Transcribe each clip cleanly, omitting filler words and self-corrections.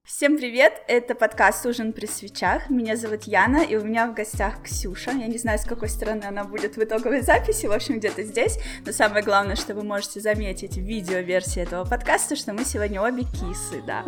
Всем привет, это подкаст «Ужин при свечах», меня зовут Яна, и у меня в гостях Ксюша, я не знаю, с какой стороны она будет в итоговой записи, в общем, где-то здесь, но самое главное, что вы можете заметить в видеоверсии этого подкаста, что мы сегодня обе кисы, да.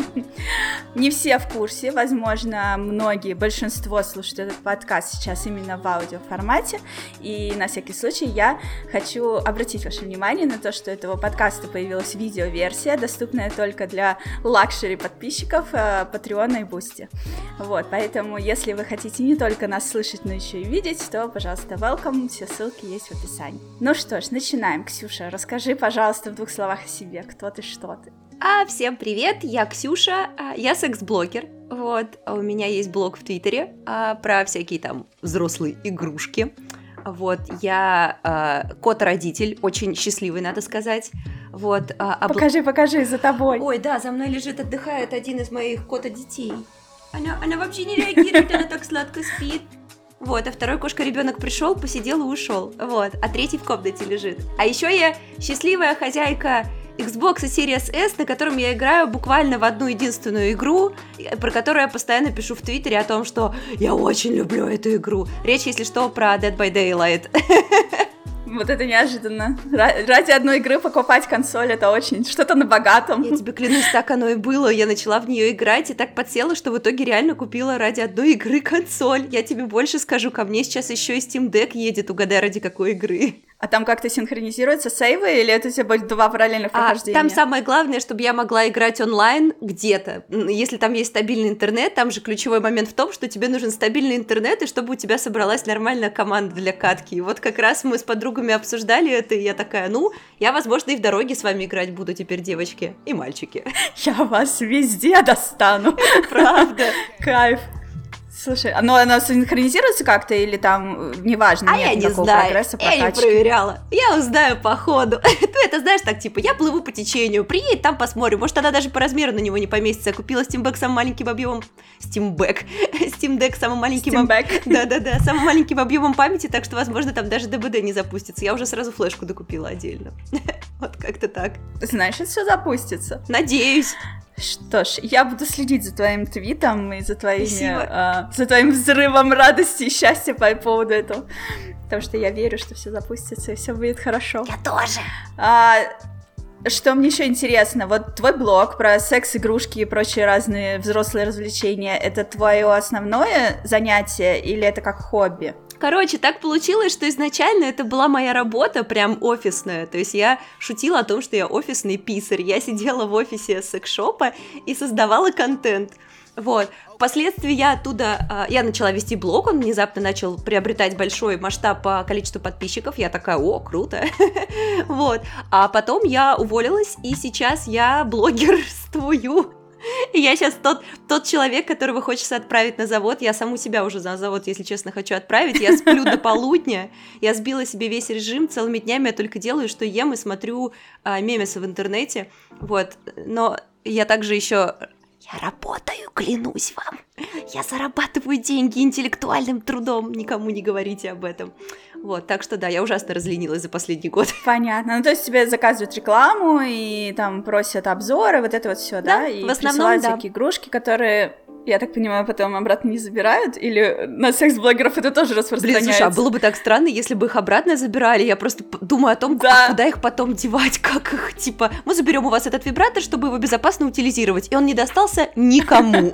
Не все в курсе, возможно, многие, большинство слушают этот подкаст сейчас именно в аудиоформате, и на всякий случай я хочу обратить ваше внимание на то, что у этого подкаста появилась видеоверсия, доступная только для лакшери подписчиков, Патреона и Бусти. Вот, поэтому, если вы хотите не только нас слышать, но еще и видеть, то, пожалуйста, welcome, все ссылки есть в описании. Ну что ж, начинаем. Ксюша, расскажи, пожалуйста, в 2 словах о себе, кто ты, что ты. Всем привет, я Ксюша, я секс-блогер, вот, у меня есть блог в Твиттере про всякие там взрослые игрушки, вот, я кот-родитель, очень счастливый, надо сказать, вот. Покажи, за тобой. Ой, да, за мной лежит, отдыхает один из моих кота-детей. Она вообще не реагирует, она так сладко спит. Вот, а второй кошка-ребенок пришел, посидел и ушел. Вот, а третий в комнате лежит. А еще я счастливая хозяйка Xbox Series S, на котором я играю буквально в одну единственную игру, про которую я постоянно пишу в Твиттере о том, что я очень люблю эту игру. Речь, если что, про Dead by Daylight. Вот это неожиданно. Ради одной игры покупать консоль, это очень что-то на богатом. Я тебе клянусь, так оно и было. Я начала в нее играть и так подсела, что в итоге реально купила ради одной игры консоль. Я тебе больше скажу, ко мне сейчас еще и Steam Deck едет, угадай, ради какой игры. А там как-то синхронизируются сейвы, или это у тебя будет 2 параллельных прохождения? Там самое главное, чтобы я могла играть онлайн где-то. Если там есть стабильный интернет, там же ключевой момент в том, что тебе нужен стабильный интернет, и чтобы у тебя собралась нормальная команда для катки. И вот как раз мы с подругами обсуждали это, и я такая, я, возможно, и в дороге с вами играть буду теперь, девочки и мальчики. Я вас везде достану. Правда. Кайф. Слушай, она синхронизируется как-то или там неважно? Я не знаю, я не проверяла, я узнаю по ходу. Ты это знаешь, так типа, я плыву по течению, приедь, там посмотрим, может она даже по размеру на него не поместится. Я купила Steam Deck самым маленьким объемом... Steam Deck самым маленьким... Да-да-да, самым маленьким объемом памяти, так что, возможно, там даже ДБД не запустится. Я уже сразу флешку докупила отдельно. Вот как-то так. Знаешь, это все запустится. Надеюсь. Что ж, я буду следить за твоим твитом и за твоим взрывом радости и счастья по поводу этого. Потому что я верю, что все запустится и все будет хорошо. Я тоже. Что мне еще интересно, вот твой блог про секс-игрушки и прочие разные взрослые развлечения, это твое основное занятие или это как хобби? Короче, так получилось, что изначально это была моя работа, прям офисная, то есть я шутила о том, что я офисный писарь, я сидела в офисе секс-шопа и создавала контент, вот. Впоследствии я начала вести блог, он внезапно начал приобретать большой масштаб по количеству подписчиков, я такая, круто, вот, а потом я уволилась, и сейчас я блогерствую. Я сейчас тот человек, которого хочется отправить на завод. Я саму себя уже на завод, если честно, хочу отправить. Я сплю до полудня. Я сбила себе весь режим. Целыми днями я только делаю, что ем и смотрю мемесы в интернете. Вот. Но я также еще... Я работаю, клянусь вам. Я зарабатываю деньги интеллектуальным трудом. Никому не говорите об этом. Вот, так что да, я ужасно разленилась за последний год. Понятно. То есть тебе заказывают рекламу и там просят обзоры, вот это вот все, да? И в основном, присылают всякие игрушки, которые... Я так понимаю, потом обратно не забирают? Или на секс-блогеров это тоже распространяется? Блин, слушай, было бы так странно, если бы их обратно забирали. Я просто думаю о том, куда их потом девать, как их, типа... Мы заберем у вас этот вибратор, чтобы его безопасно утилизировать, и он не достался никому.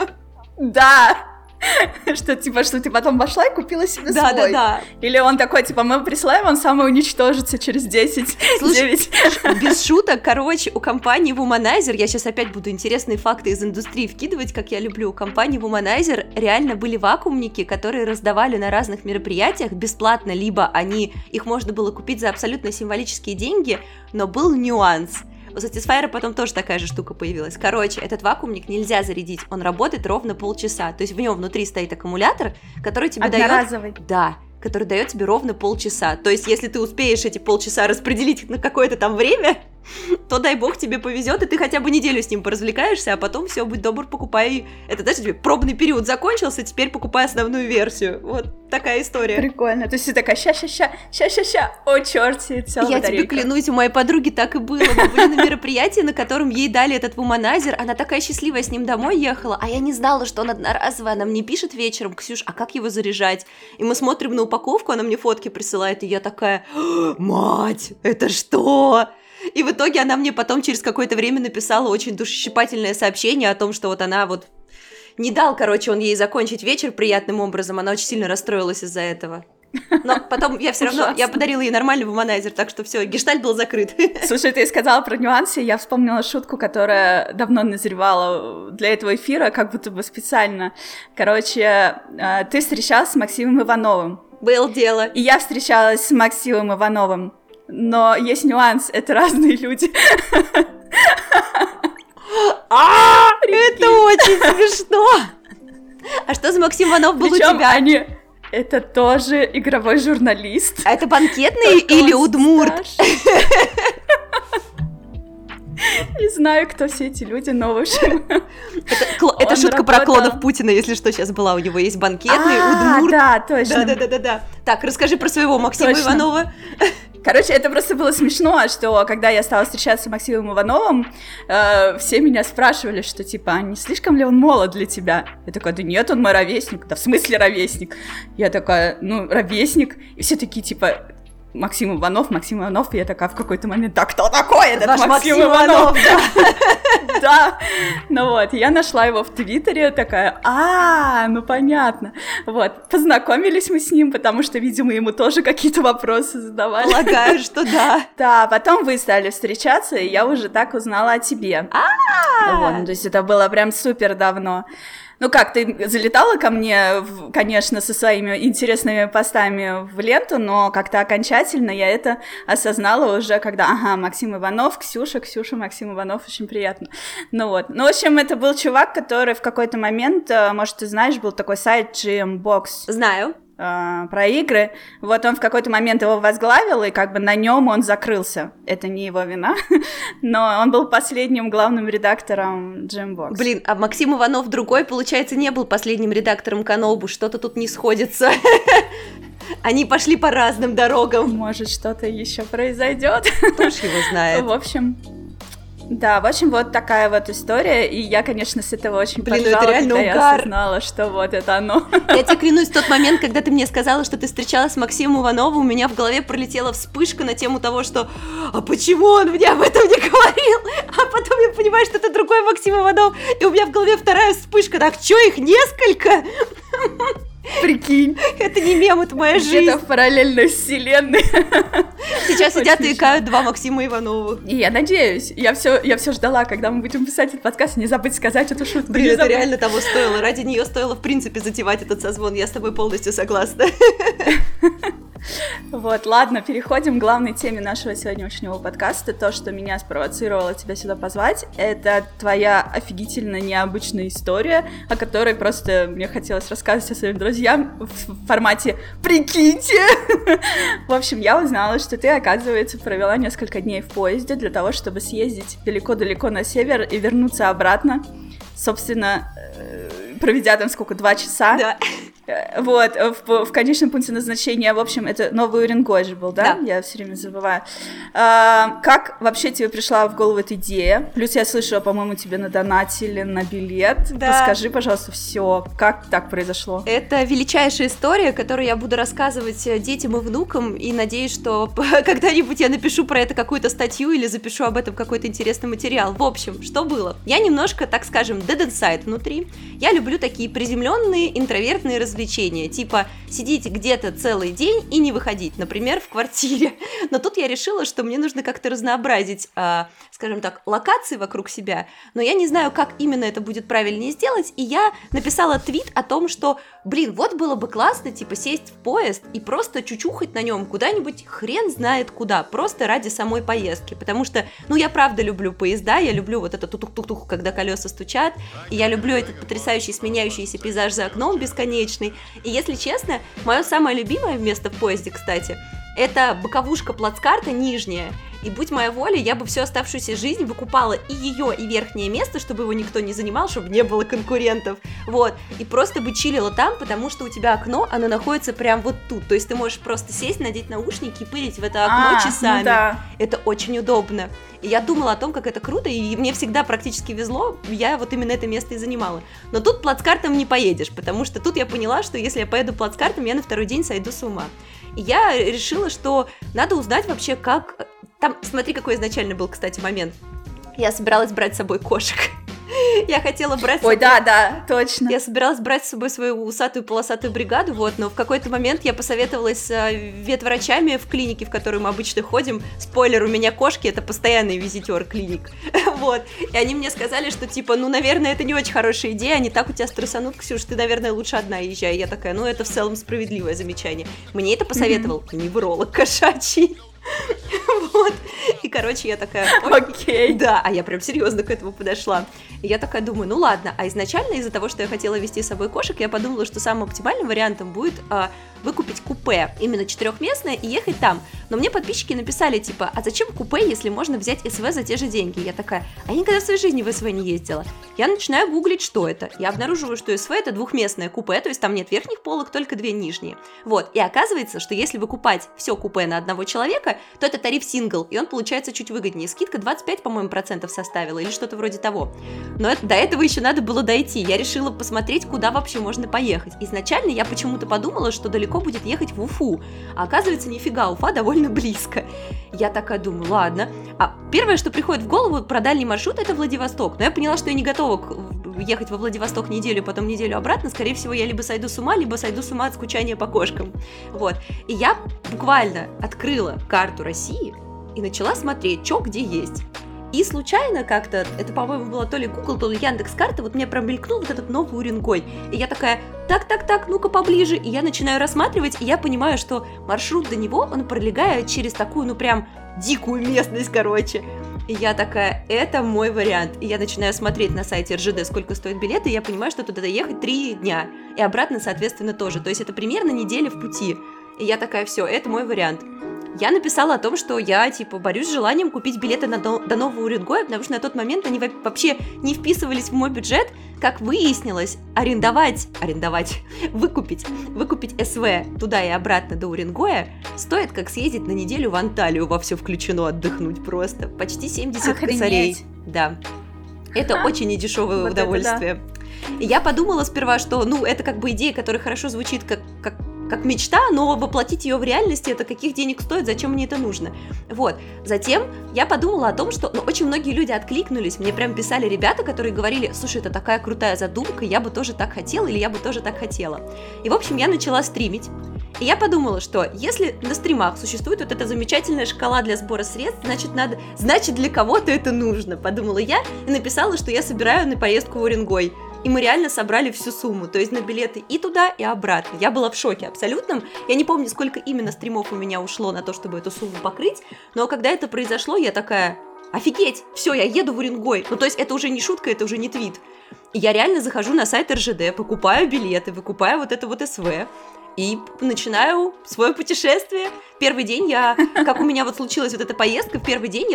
Да! Что ты потом пошла и купила себе свой. Да. Или он такой, мы присылаем, он самоуничтожится через 10, Слушай, 9. Без шуток, короче, у компании Womanizer, я сейчас опять буду интересные факты из индустрии вкидывать, как я люблю, у компании Womanizer реально были вакуумники, которые раздавали на разных мероприятиях бесплатно, либо их можно было купить за абсолютно символические деньги, но был нюанс. У Satisfyer потом тоже такая же штука появилась. Короче, этот вакуумник нельзя зарядить, он работает ровно полчаса. То есть в нем внутри стоит аккумулятор, который тебе одноразовый. Да, который дает тебе ровно полчаса. То есть если ты успеешь эти полчаса распределить на какое-то там время, то дай бог тебе повезет, и ты хотя бы неделю с ним поразвлекаешься, а потом все, будь добр, покупай. Это, знаешь, тебе пробный период закончился, теперь покупай основную версию. Вот такая история. Прикольно. То есть ты такая, ща, о, черт, целая Я батарейка. тебе клянусь, у моей подруги так и было. Мы были на мероприятии, на котором ей дали этот вуманайзер, она такая счастливая с ним домой ехала, а я не знала, что он одноразовый, она мне пишет вечером: Ксюш, а как его заряжать? И мы смотрим на упаковку, она мне фотки присылает, и я такая: мать, это что? И в итоге она мне потом через какое-то время написала очень душещипательное сообщение о том, что вот она вот не дал, короче, он ей закончить вечер приятным образом, она очень сильно расстроилась из-за этого. Но потом я все равно, я подарила ей нормальный вуманайзер, так что все, гештальт был закрыт. Слушай, ты сказала про нюансы, я вспомнила шутку, которая давно назревала для этого эфира, как будто бы специально. Короче, ты встречалась с Максимом Ивановым. Было дело. И я встречалась с Максимом Ивановым. Но есть нюанс, это разные люди. Это очень смешно. А что за Максим Иванов был у тебя? Это тоже игровой журналист. А это банкетный или удмурт? Не знаю, кто все эти люди, но в общем... Это шутка про клонов Путина, если что, сейчас была. У него есть банкетный, удмурт. Да, точно. Да. Так, расскажи про своего Максима Иванова. Короче, это просто было смешно, что когда я стала встречаться с Максимом Ивановым, все меня спрашивали, что типа, а не слишком ли он молод для тебя? Я такая: да нет, он мой ровесник. Да в смысле ровесник? Я такая: ну, ровесник. И все такие типа: Максим Иванов. И я такая в какой-то момент: да кто такой этот Максим Иванов? Да. Ну вот, я нашла его в Твиттере, такая: ну понятно. Вот, познакомились мы с ним, потому что, видимо, ему тоже какие-то вопросы задавали. Полагаю, что да. Да, потом вы стали встречаться, и я уже так узнала о тебе. Вот, то есть это было прям супер давно. Ну как, ты залетала ко мне, конечно, со своими интересными постами в ленту, но как-то окончательно я это осознала уже, когда, Максим Иванов, Ксюша, Максим Иванов, очень приятно. Ну вот. Ну, в общем, это был чувак, который в какой-то момент, может, ты знаешь, был такой сайт GMBox. Знаю. Про игры. Вот он в какой-то момент его возглавил, и как бы на нем он закрылся. Это не его вина, но он был последним главным редактором Jambox. Блин, а Максим Иванов другой, получается, не был последним редактором Канобу. Что-то тут не сходится. Они пошли по разным дорогам. Может, что-то еще произойдет. Кто ж его знает. В общем, вот такая вот история, и я, конечно, с этого очень поржала, когда я осознала, что вот это оно. Я тебе клянусь, в тот момент, когда ты мне сказала, что ты встречалась с Максимом Ивановым, у меня в голове пролетела вспышка на тему того, что «А почему он мне об этом не говорил?» А потом я понимаю, что это другой Максим Иванов, и у меня в голове вторая вспышка: так, чё, их несколько? Прикинь. Это не мем, это моя жизнь. Где-то в параллельной вселенной. Сейчас сидят и икают два Максима Иванова. И я надеюсь. Я все ждала, когда мы будем писать этот подкаст, не забыть сказать эту шутку. Блин, это реально того стоило. Ради нее стоило, в принципе, затевать этот созвон. Я с тобой полностью согласна. Вот, ладно, переходим к главной теме нашего сегодняшнего подкаста. То, что меня спровоцировало тебя сюда позвать, это твоя офигительно необычная история, о которой просто мне хотелось рассказывать со своим друзьям в формате «Прикиньте!». В общем, я узнала, что ты, оказывается, провела несколько дней в поезде для того, чтобы съездить далеко-далеко на север и вернуться обратно. Собственно, проведя там 2 часа. Да. Вот, в конечном пункте назначения, в общем, это Новый Уренгой же был, да? Я все время забываю. Как вообще тебе пришла в голову эта идея? Плюс я слышала, по-моему, тебе надонатили на билет. Да. Расскажи, пожалуйста, все, как так произошло? Это величайшая история, которую я буду рассказывать детям и внукам, и надеюсь, что когда-нибудь я напишу про это какую-то статью или запишу об этом какой-то интересный материал. В общем, что было? Я немножко, так скажем, dead inside внутри. Я люблю такие приземленные, интровертные развлечения, типа сидеть где-то целый день и не выходить, например, в квартире. Но тут я решила, что мне нужно как-то разнообразить, скажем так, локации вокруг себя, но я не знаю, как именно это будет правильнее сделать, и я написала твит о том, что, блин, вот было бы классно, типа, сесть в поезд и просто чучухать на нем куда-нибудь хрен знает куда, просто ради самой поездки, потому что, ну, я правда люблю поезда, я люблю вот это тук-тук-тук, когда колеса стучат, и я люблю этот потрясающий сменяющийся пейзаж за окном бесконечный, и если честно, мое самое любимое место в поезде, кстати, это боковушка плацкарта нижняя, И будь моя воля, я бы всю оставшуюся жизнь выкупала и ее, и верхнее место, чтобы его никто не занимал, чтобы не было конкурентов, вот, и просто бы чилила там, потому что у тебя окно, оно находится прям вот тут, то есть ты можешь просто сесть, надеть наушники и пылить в это окно часами, ну да. Это очень удобно. И я думала о том, как это круто, и мне всегда практически везло, я вот именно это место и занимала. Но тут плацкартом не поедешь, потому что тут я поняла, что если я поеду плацкартом, я на второй день сойду с ума. И я решила, что надо узнать вообще, как... Там, смотри, какой изначально был, кстати, момент. Я собиралась брать с собой кошек. Я хотела брать с собой... Ой, да, точно. Я собиралась брать с собой свою усатую полосатую бригаду, вот, но в какой-то момент я посоветовалась с ветврачами в клинике, в которую мы обычно ходим. Спойлер, у меня кошки, это постоянный визитер клиник. Вот. И они мне сказали, что, типа, ну, наверное, это не очень хорошая идея, они так у тебя стрессанут, Ксюш, ты, наверное, лучше одна езжай. И я такая, ну, это в целом справедливое замечание. Мне это посоветовал невролог кошачий. Вот. И, короче, я такая... Окей. Да, а я прям серьезно к этому подошла. И я такая думаю, ну ладно. А изначально из-за того, что я хотела везти с собой кошек, я подумала, что самым оптимальным вариантом будет выкупить купе, именно 4-местное, и ехать там. Но мне подписчики написали, типа, а зачем купе, если можно взять СВ за те же деньги? Я такая, а я никогда в своей жизни в СВ не ездила. Я начинаю гуглить, что это. Я обнаруживаю, что СВ это 2-местное купе, то есть там нет верхних полок, только 2 нижние. Вот, и оказывается, что если выкупать все купе на одного человека, то это тариф сингл, и он получается чуть выгоднее. Скидка 25, по-моему, процентов составила, или что-то вроде того. Но до этого еще надо было дойти. Я решила посмотреть, куда вообще можно поехать. Изначально я почему-то подумала, что далеко будет ехать в Уфу. А оказывается, нифига, Уфа довольно близко. Я такая думаю, ладно. А первое, что приходит в голову про дальний маршрут, это Владивосток. Но я поняла, что я не готова ехать во Владивосток неделю, потом неделю обратно. Скорее всего, я либо сойду с ума, либо сойду с ума от скучания по кошкам. Вот. И я буквально открыла карту России и начала смотреть, что где есть. И случайно как-то, это, по-моему, было то ли Google, то ли Яндекс.Карта, вот мне промелькнул вот этот Новый Уренгой. И я такая, так, ну-ка поближе. И я начинаю рассматривать, и я понимаю, что маршрут до него, он пролегает через такую, ну прям, дикую местность, короче. И я такая, это мой вариант. И я начинаю смотреть на сайте РЖД, сколько стоят билеты, и я понимаю, что туда доехать 3 дня. И обратно, соответственно, тоже. То есть это примерно неделя в пути. И я такая, все, это мой вариант. Я написала о том, что я, типа, борюсь с желанием купить билеты до Нового Уренгоя, потому что на тот момент они вообще не вписывались в мой бюджет. Как выяснилось, выкупить СВ туда и обратно до Уренгоя стоит, как съездить на неделю в Анталию, во все включено, отдохнуть просто. Почти 70 косарей. Да. Это очень недешевое удовольствие. И я подумала сперва, что, ну, это как бы идея, которая хорошо звучит как мечта, но воплотить ее в реальности, это каких денег стоит, зачем мне это нужно. Вот. Затем я подумала о том, что очень многие люди откликнулись, мне прям писали ребята, которые говорили, слушай, это такая крутая задумка, я бы тоже так хотела, или я бы тоже так хотела. И, в общем, я начала стримить. И я подумала, что если на стримах существует вот эта замечательная шкала для сбора средств, значит для кого-то это нужно, подумала я, и написала, что я собираю на поездку в Уренгой. И мы реально собрали всю сумму, то есть на билеты и туда, и обратно. Я была в шоке абсолютном. Я не помню, сколько именно стримов у меня ушло на то, чтобы эту сумму покрыть, но когда это произошло, я такая, офигеть, все, я еду в Уренгой. Ну, то есть это уже не шутка, это уже не твит. И я реально захожу на сайт РЖД, покупаю билеты, выкупаю вот это вот СВ, и начинаю свое путешествие. Первый день как у меня вот случилась вот эта поездка, в первый день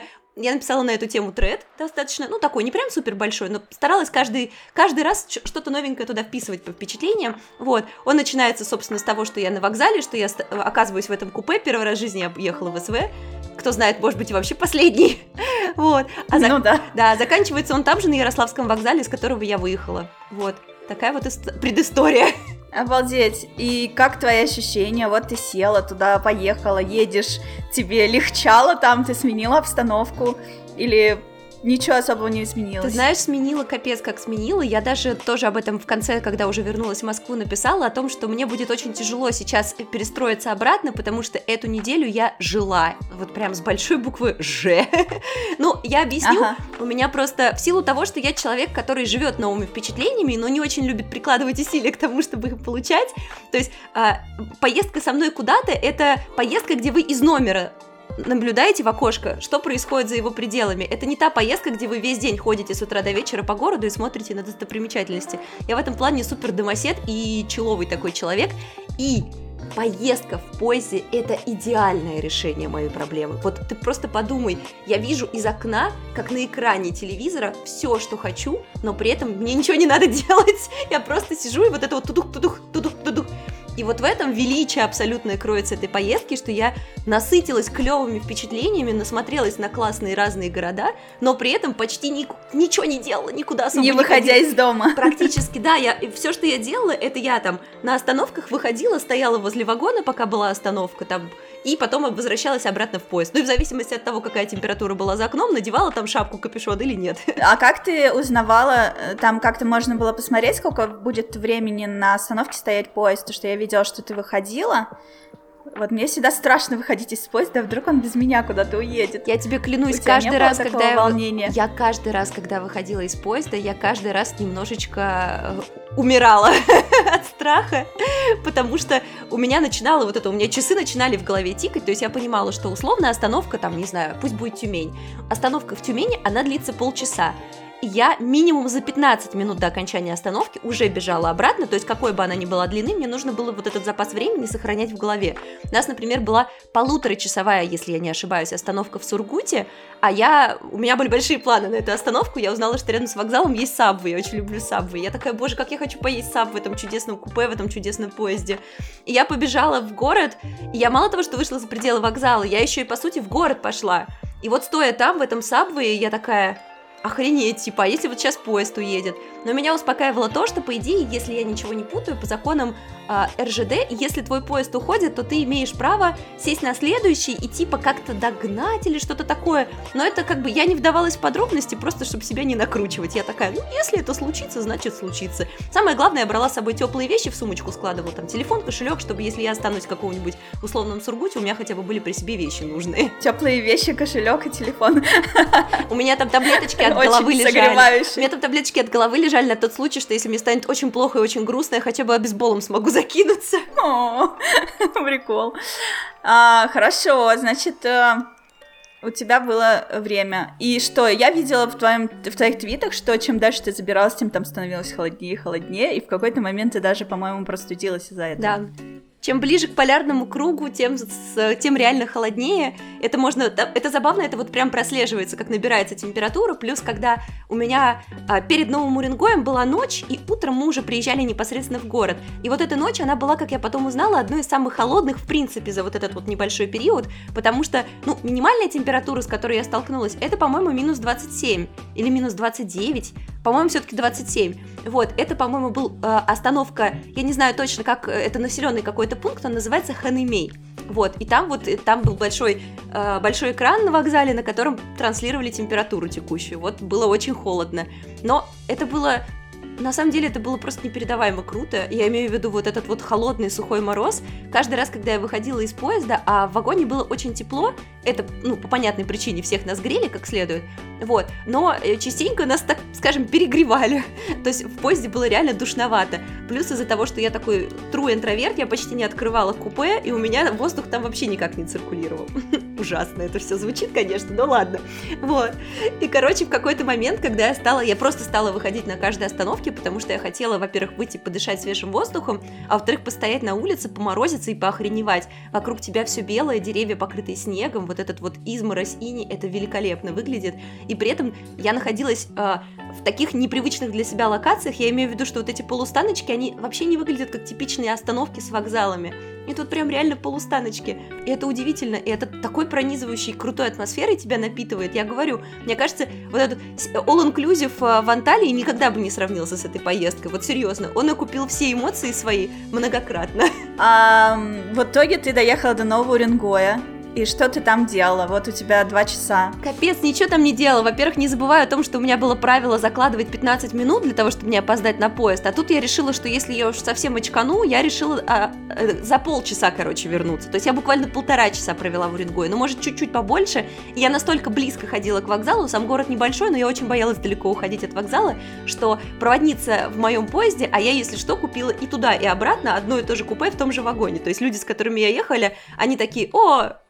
я написала на эту тему тред достаточно, ну, такой, не прям супер большой, но старалась каждый раз что-то новенькое туда вписывать по впечатлениям, вот. Он начинается, собственно, с того, что я на вокзале, что я оказываюсь в этом купе, первый раз в жизни я ехала в СВ, кто знает, может быть, и вообще последний, вот. Да, заканчивается он там же, на Ярославском вокзале, с которого я выехала, вот. Такая вот предыстория. Обалдеть. И как твои ощущения? Вот ты села туда, поехала, едешь, тебе легчало там, ты сменила обстановку? Или ничего особого не изменилось? Ты знаешь, сменила, капец как сменила. Я даже тоже об этом в конце, когда уже вернулась в Москву, написала о том, что мне будет очень тяжело сейчас перестроиться обратно, потому что эту неделю я жила, вот прям с большой буквы «Ж». Ну, я объясню, у меня просто в силу того, что я человек, который живет новыми впечатлениями, но не очень любит прикладывать усилия к тому, чтобы их получать, то есть поездка со мной куда-то — это поездка, где вы из номера наблюдаете в окошко, что происходит за его пределами. Это не та поездка, где вы весь день ходите с утра до вечера по городу и смотрите на достопримечательности. Я в этом плане супер домосед и человый такой человек. И поездка в поезде – это идеальное решение моей проблемы. Вот ты просто подумай, я вижу из окна, как на экране телевизора, все, что хочу, но при этом мне ничего не надо делать. Я просто сижу и вот это вот тудух-тудух-тудух-тудух. И вот в этом величие абсолютное кроется этой поездки, что я насытилась клевыми впечатлениями, насмотрелась на классные разные города, но при этом почти ничего не делала, никуда особо не выходя из дома. Практически, да. Все, что я делала, это я там на остановках выходила, стояла возле вагона, пока была остановка там, и потом возвращалась обратно в поезд. Ну и в зависимости от того, какая температура была за окном, надевала там шапку, капюшон или нет. А как ты узнавала, там как-то можно было посмотреть, сколько будет времени на остановке стоять поезд? Потому что я видела, что ты выходила. Вот мне всегда страшно выходить из поезда, вдруг он без меня куда-то уедет. Я тебе клянусь, каждый раз, когда я каждый раз, когда выходила из поезда, я каждый раз немножечко умирала от страха, потому что у меня часы начинали в голове тикать, то есть я понимала, что условно остановка, там, не знаю, пусть будет Тюмень, остановка в Тюмени, она длится полчаса. Я минимум за 15 минут до окончания остановки уже бежала обратно, то есть какой бы она ни была длины, мне нужно было вот этот запас времени сохранять в голове. У нас, например, была 1,5-часовая, если я не ошибаюсь, остановка в Сургуте, а у меня были большие планы на эту остановку, я узнала, что рядом с вокзалом есть Subway, я очень люблю Subway, я такая, боже, как я хочу поесть Subway в этом чудесном купе, в этом чудесном поезде. И я побежала в город, и я мало того, что вышла за пределы вокзала, я еще и, по сути, в город пошла. И вот стоя там, в этом Subway, я такая... Охренеть, типа, а если вот сейчас поезд уедет? Но меня успокаивало то, что, по идее, если я ничего не путаю, по законам РЖД, если твой поезд уходит, то ты имеешь право сесть на следующий и типа как-то догнать или что-то такое. Но это как бы, я не вдавалась в подробности, просто чтобы себя не накручивать. Я такая, если это случится, значит случится. Самое главное, я брала с собой теплые вещи, в сумочку складывала, там, телефон, кошелек, чтобы если я останусь в каком-нибудь условном Сургуте, у меня хотя бы были при себе вещи нужные. Теплые вещи, кошелек и телефон. У меня там таблеточки от головы лежали. У меня там таблеточки от головы лежали на тот случай, что если мне станет очень плохо и очень грустно, я хотя бы обезболом смогу закинуться. О, прикол. Хорошо, значит, у тебя было время. И что, я видела в твоих твитах, что чем дальше ты забиралась, тем там становилось холоднее и холоднее, и в какой-то момент ты даже, по-моему, простудилась из-за этого. Да. Чем ближе к полярному кругу, тем реально холоднее. Это забавно, это вот прям прослеживается, как набирается температура. Плюс, когда у меня перед Новым Уренгоем была ночь, и утром мы уже приезжали непосредственно в город. И вот эта ночь, она была, как я потом узнала, одной из самых холодных, в принципе, за вот этот вот небольшой период, потому что, минимальная температура, с которой я столкнулась, это, по-моему, минус 27 или минус 29, по-моему, все-таки 27. Вот, это, по-моему, был остановка, я не знаю точно, как это населенный какой-то пункт, он называется Ханымей. Вот, и там был большой экран на вокзале, на котором транслировали температуру текущую. Вот, было очень холодно. Но это было... На самом деле это было просто непередаваемо круто. Я имею в виду вот этот вот холодный сухой мороз. Каждый раз, когда я выходила из поезда, а в вагоне было очень тепло, это, по понятной причине всех нас грели как следует, вот, но частенько нас, так скажем, перегревали. То есть в поезде было реально душновато. Плюс из-за того, что я такой true интроверт, я почти не открывала купе, и у меня воздух там вообще никак не циркулировал. Ужасно это все звучит, конечно, но ладно. Вот. И, короче, в какой-то момент, когда я просто стала выходить на каждой остановке, потому что я хотела, во-первых, выйти подышать свежим воздухом, а во-вторых, постоять на улице, поморозиться и поохреневать. Вокруг тебя все белое, деревья покрытые снегом, вот этот вот изморозь, иней, это великолепно выглядит. И при этом я находилась в таких непривычных для себя локациях, я имею в виду, что вот эти полустаночки, они вообще не выглядят как типичные остановки с вокзалами. И тут прям реально полустаночки. И это удивительно, и это такой пронизывающей, крутой атмосферой тебя напитывает. Я говорю, мне кажется, вот этот all-inclusive в Анталии никогда бы не сравнился с этой поездкой. Вот серьезно, он окупил все эмоции свои многократно. В итоге ты доехала до Нового Уренгоя. И что ты там делала? Вот у тебя 2 часа. Капец, ничего там не делала. Во-первых, не забываю о том, что у меня было правило закладывать 15 минут для того, чтобы не опоздать на поезд. А тут я решила, что если я уж совсем очкану, я решила за полчаса, вернуться. То есть я буквально 1,5 часа провела в Уренгое. Ну, может, чуть-чуть побольше. И я настолько близко ходила к вокзалу. Сам город небольшой, но я очень боялась далеко уходить от вокзала, что проводница в моем поезде, а я, если что, купила и туда, и обратно одно и то же купе в том же вагоне. То есть люди, с которыми я ехала, они такие: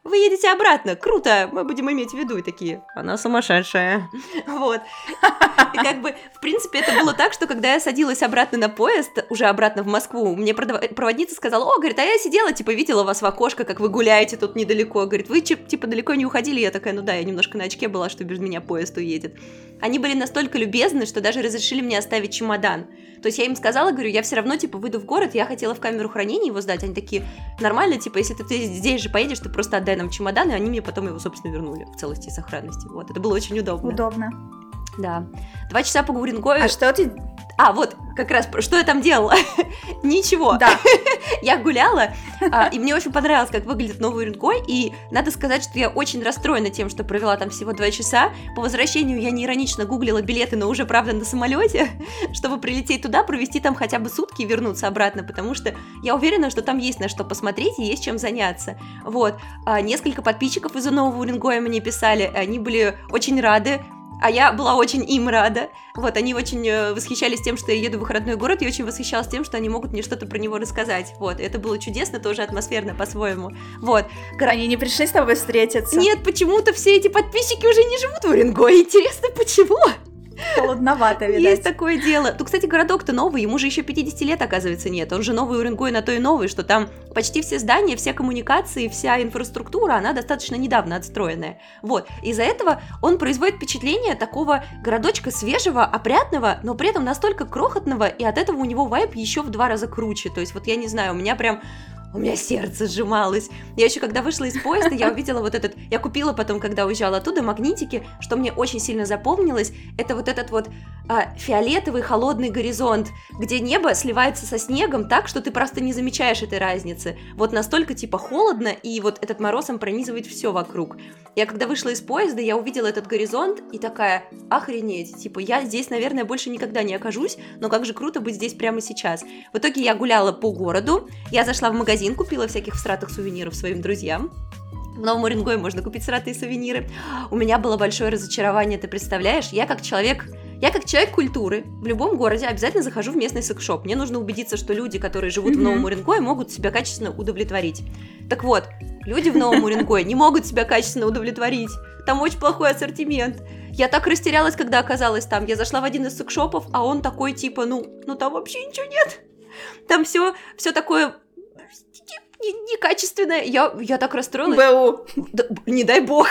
вы едете обратно, круто, мы будем иметь в виду. И такие, она сумасшедшая. Вот. И как бы, в принципе, это было так, что когда я садилась обратно на поезд, уже обратно в Москву, мне проводница сказала, говорит, а я сидела, типа, видела вас в окошко, как вы гуляете тут недалеко. Говорит, вы, типа, далеко не уходили? Я такая, ну да, я немножко на очке была, что без меня поезд уедет. Они были настолько любезны, что даже разрешили мне оставить чемодан. То есть я им сказала, говорю, я все равно, типа, выйду в город, я хотела в камеру хранения его сдать. Они такие, нормально, типа, если ты здесь же поедешь, ты просто отдай нам чемодан, и они мне потом его, собственно, вернули в целости и сохранности. Вот, это было очень удобно. Удобно. Да. 2 часа по Уренгою. А что ты... Вот, как раз, что я там делала? Ничего. Да. Я гуляла, и мне очень понравилось, как выглядит Новый Уренгой, и надо сказать, что я очень расстроена тем, что провела там всего 2 часа. По возвращению я неиронично гуглила билеты, но уже, правда, на самолете, чтобы прилететь туда, провести там хотя бы сутки и вернуться обратно, потому что я уверена, что там есть на что посмотреть и есть чем заняться. Вот. Несколько подписчиков из Нового Уренгоя мне писали, они были очень рады, а я была очень им рада. Вот, они очень восхищались тем, что я еду в их родной город, и очень восхищалась тем, что они могут мне что-то про него рассказать. Вот, это было чудесно, тоже атмосферно по-своему. Вот. Они не пришли с тобой встретиться? Нет, почему-то все эти подписчики уже не живут в Уренгое. Интересно, почему? Холодновато, видать. Есть такое дело. Тут, кстати, городок-то новый, ему же еще 50 лет, оказывается, нет. Он же Новый Уренгой на то и новый, что там почти все здания, все коммуникации, вся инфраструктура, она достаточно недавно отстроенная. Вот. Из-за этого он производит впечатление такого городочка свежего, опрятного, но при этом настолько крохотного, и от этого у него вайб еще в 2 раза круче. То есть, вот я не знаю, у меня сердце сжималось. Я еще когда вышла из поезда, я увидела вот этот... Я купила потом, когда уезжала оттуда, магнитики, что мне очень сильно запомнилось. Это вот этот вот фиолетовый холодный горизонт, где небо сливается со снегом так, что ты просто не замечаешь этой разницы. Вот настолько типа холодно, и вот этот мороз он пронизывает все вокруг. Я когда вышла из поезда, я увидела этот горизонт и такая, охренеть, типа я здесь, наверное, больше никогда не окажусь, но как же круто быть здесь прямо сейчас. В итоге я гуляла по городу, я зашла в магазин, купила всяких всратых сувениров своим друзьям. В Новом Уренгое можно купить всратые сувениры. У меня было большое разочарование, ты представляешь? Я как человек культуры в любом городе обязательно захожу в местный секс-шоп. Мне нужно убедиться, что люди, которые живут в Новом Уренгое, могут себя качественно удовлетворить. Так вот, люди в Новом Уренгое не могут себя качественно удовлетворить. Там очень плохой ассортимент. Я так растерялась, когда оказалась там. Я зашла в один из секс-шопов, а он такой типа, ну там вообще ничего нет. Там все такое... некачественное. Я так расстроилась. БУ. Да, не дай бог.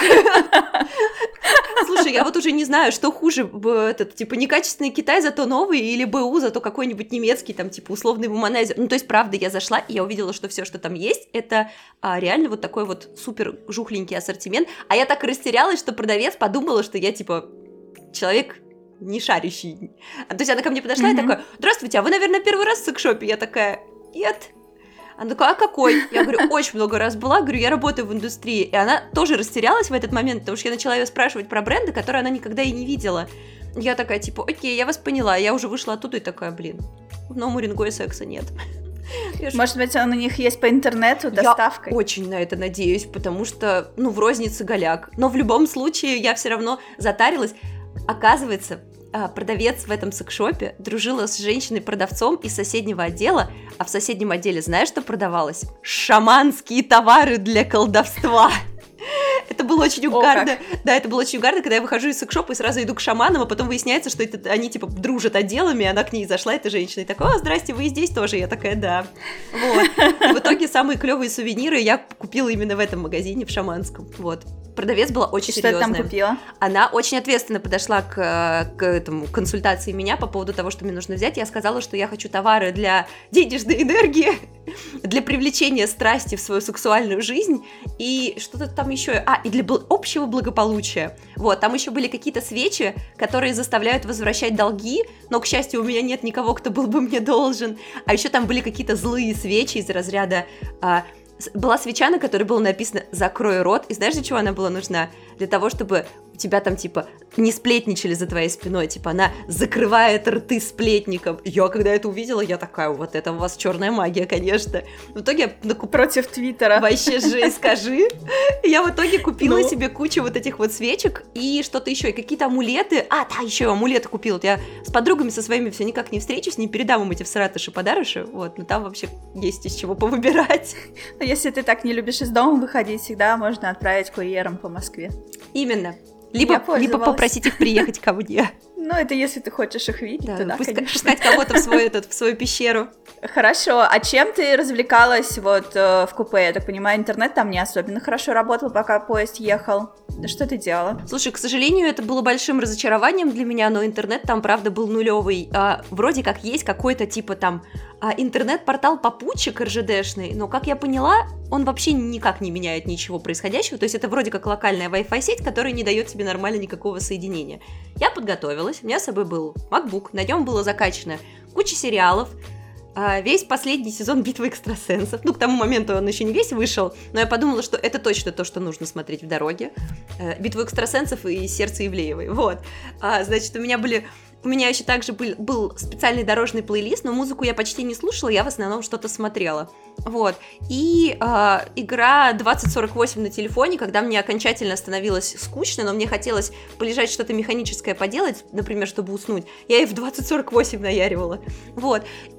Слушай, я вот уже не знаю, что хуже, типа, некачественный Китай, зато новый, или БУ, зато какой-нибудь немецкий, там, типа, условный вуманайзер. Ну, то есть, правда, я зашла, и я увидела, что все, что там есть, это реально вот такой вот супер жухленький ассортимент. А я так растерялась, что продавец подумала, что я, типа, человек не шарящий. То есть, она ко мне подошла и такая, здравствуйте, а вы, наверное, первый раз в секс-шопе? Я такая, нет. Она такая, а какой? Я говорю, очень много раз была, говорю, я работаю в индустрии. И она тоже растерялась в этот момент, потому что я начала ее спрашивать про бренды, которые она никогда и не видела. Я такая, типа, окей, я вас поняла. Я уже вышла оттуда и такая, блин, в Новом Уренгое секса нет. Может быть, он у них есть по интернету, доставкой? Я очень на это надеюсь, потому что, в рознице голяк. Но в любом случае я все равно затарилась. Оказывается, продавец в этом секс-шопе дружила с женщиной-продавцом из соседнего отдела, а в соседнем отделе знаешь, что продавалось? Шаманские товары для колдовства. Это было очень угарно. Да, это было очень угарно, когда я выхожу из секс-шопа и сразу иду к шаманам, а потом выясняется, что они, типа, дружат отделами, и она к ней зашла, эта женщина, и такая, здрасте, вы и здесь тоже? Я такая, да. Вот. И в итоге самые клевые сувениры я купила именно в этом магазине, в Шаманском. Вот. Продавец была очень серьезная. Что ты там купила? Она очень ответственно подошла к консультации меня по поводу того, что мне нужно взять. Я сказала, что я хочу товары для денежной энергии, для привлечения страсти в свою сексуальную жизнь, и что-то там еще, и для общего благополучия. Вот, там еще были какие-то свечи, которые заставляют возвращать долги, но, к счастью, у меня нет никого, кто был бы мне должен. А еще там были какие-то злые свечи из разряда... Была свеча, на которой было написано «Закрой рот», и знаешь, для чего она была нужна? Для того, чтобы у тебя там, типа, не сплетничали за твоей спиной, типа, она закрывает рты сплетникам. Я, когда это увидела, я такая, вот это у вас черная магия, конечно. В итоге я против Твиттера. Вообще жесть, скажи. Я в итоге купила себе кучу вот этих вот свечек и что-то еще, и какие-то амулеты. Да, еще амулеты купила. Я с подругами со своими все никак не встречусь, не передам им эти всратыши подарыши, вот, но там вообще есть из чего повыбирать. Но если ты так не любишь из дома выходить, всегда можно отправить курьером по Москве. Именно. Либо попросить их приехать ко мне. Ну, это если ты хочешь их видеть, да, тогда, конечно. Пускать кого-то в свою пещеру. Хорошо, а чем ты развлекалась вот в купе? Я так понимаю, интернет там не особенно хорошо работал, пока поезд ехал. Что ты делала? Слушай, к сожалению, это было большим разочарованием для меня, но интернет там, правда, был нулевый. Вроде как есть какой-то типа там интернет-портал попутчик РЖДшный, но, как я поняла, он вообще никак не меняет ничего происходящего, то есть это вроде как локальная Wi-Fi сеть, которая не дает тебе нормально никакого соединения. Я подготовилась, у меня с собой был MacBook, на нем было закачано куча сериалов, весь последний сезон «Битвы экстрасенсов». Ну, к тому моменту он еще не весь вышел, но я подумала, что это точно то, что нужно смотреть в дороге. «Битву экстрасенсов» и «Сердце Ивлеевой». Вот. Значит, у меня еще также был специальный дорожный плейлист, но музыку я почти не слушала, я в основном что-то смотрела. Вот. И игра 2048 на телефоне, когда мне окончательно становилось скучно, но мне хотелось полежать, что-то механическое поделать, например, чтобы уснуть, я и в 2048 наяривала. Вот.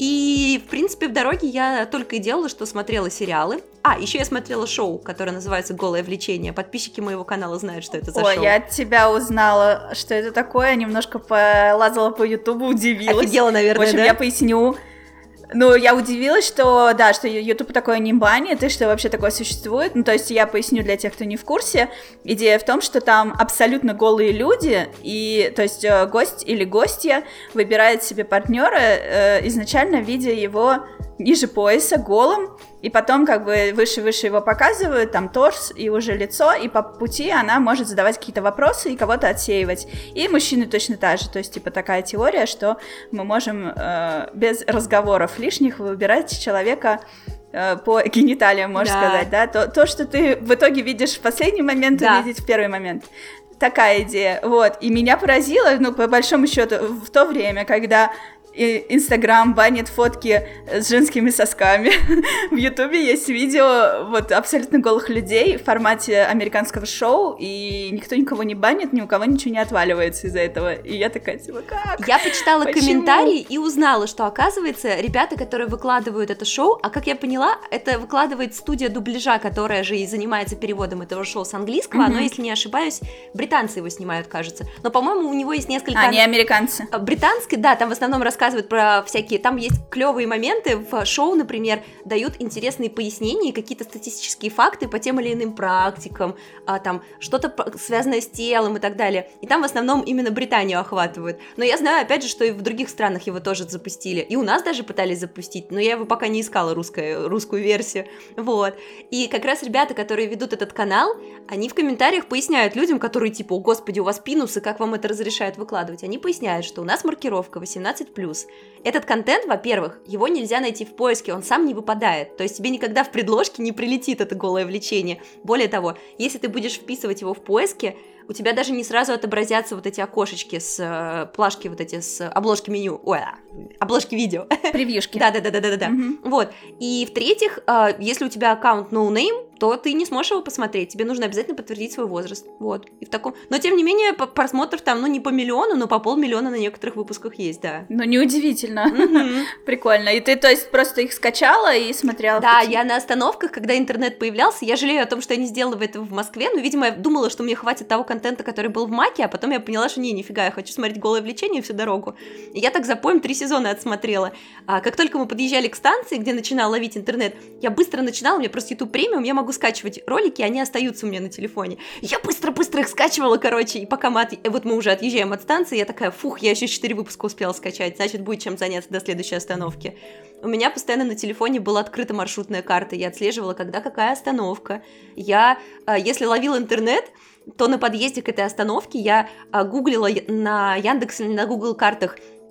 И, в принципе, в дороге я только и делала, что смотрела сериалы. Еще я смотрела шоу, которое называется «Голое влечение». Подписчики моего канала знают, что это за шоу. Я от тебя узнала, что это такое, немножко полазала по Ютубу, удивилась. Офигела, наверное, в общем, я поясню. Ну, я удивилась, что, да, что YouTube такое не банит, и что вообще такое существует. Ну, то есть я поясню для тех, кто не в курсе. Идея в том, что там абсолютно голые люди, и, то есть, гость или гостья выбирает себе партнера, изначально видя его ниже пояса, голым, и потом как бы выше-выше его показывают, там торс и уже лицо, и по пути она может задавать какие-то вопросы и кого-то отсеивать. И мужчины точно так же, то есть типа такая теория, что мы можем без разговоров лишних выбирать человека по гениталиям, можно сказать, да, то, что ты в итоге видишь в последний момент, увидеть в первый момент. Такая идея, вот, и меня поразило, ну, по большому счету, в то время, когда Инстаграм банит фотки с женскими сосками. В Ютубе есть видео вот абсолютно голых людей в формате американского шоу, и никто никого не банит, ни у кого ничего не отваливается из-за этого. И я такая, типа, как? Я почитала комментарии и узнала, что, оказывается, ребята, которые выкладывают это шоу, а как я поняла, это выкладывает студия дубляжа, которая же и занимается переводом этого шоу с английского, но, если не ошибаюсь, британцы его снимают, кажется. Но, по-моему, у него есть несколько... не американцы. Британский, да, там в основном рассказывают про всякие, там есть клевые моменты в шоу, например, дают интересные пояснения, какие-то статистические факты по тем или иным практикам, там что-то связанное с телом и так далее. И там в основном именно Британию охватывают. Но я знаю, опять же, что и в других странах его тоже запустили. И у нас даже пытались запустить, но я его пока не искала, русскую версию. Вот. И как раз ребята, которые ведут этот канал, они в комментариях поясняют людям, которые типа, о господи, у вас пинусы, как вам это разрешают выкладывать? Они поясняют, что у нас маркировка 18+. Этот контент, во-первых, его нельзя найти в поиске, он сам не выпадает, то есть тебе никогда в предложке не прилетит это голое влечение. Более того, если ты будешь вписывать его в поиске, у тебя даже не сразу отобразятся вот эти окошечки с плашки вот эти с обложки меню, обложки видео. Превьюшки. Да. Вот. И в-третьих, если у тебя аккаунт NoName, то ты не сможешь его посмотреть, тебе нужно обязательно подтвердить свой возраст, вот, и в таком... Но, тем не менее, просмотров там, не по миллиону, но по 500 000 на некоторых выпусках есть, да. Ну, неудивительно. Прикольно. И ты, то есть, просто их скачала и смотрела? Да, я на остановках, когда интернет появлялся, я жалею о том, что я не сделала этого в Москве, но, видимо, я думала, что мне хватит того контента, который был в Маке, а потом я поняла, что нифига, я хочу смотреть голое влечение всю дорогу. И я так за поем 3 сезона отсмотрела. Как только мы подъезжали к станции, где начинал ловить интернет, я быстро начинала, у меня просто YouTube премиум, я могу скачивать ролики, они остаются у меня на телефоне. Я быстро-быстро их скачивала, короче, и пока вот мы уже отъезжаем от станции, я такая, я еще 4 выпуска успела скачать, значит, будет чем заняться до следующей остановки. У меня постоянно на телефоне была открыта маршрутная карта, я отслеживала, когда какая остановка. Я, если ловил интернет, то на подъезде к этой остановке я гуглила на Яндекс или на Google картах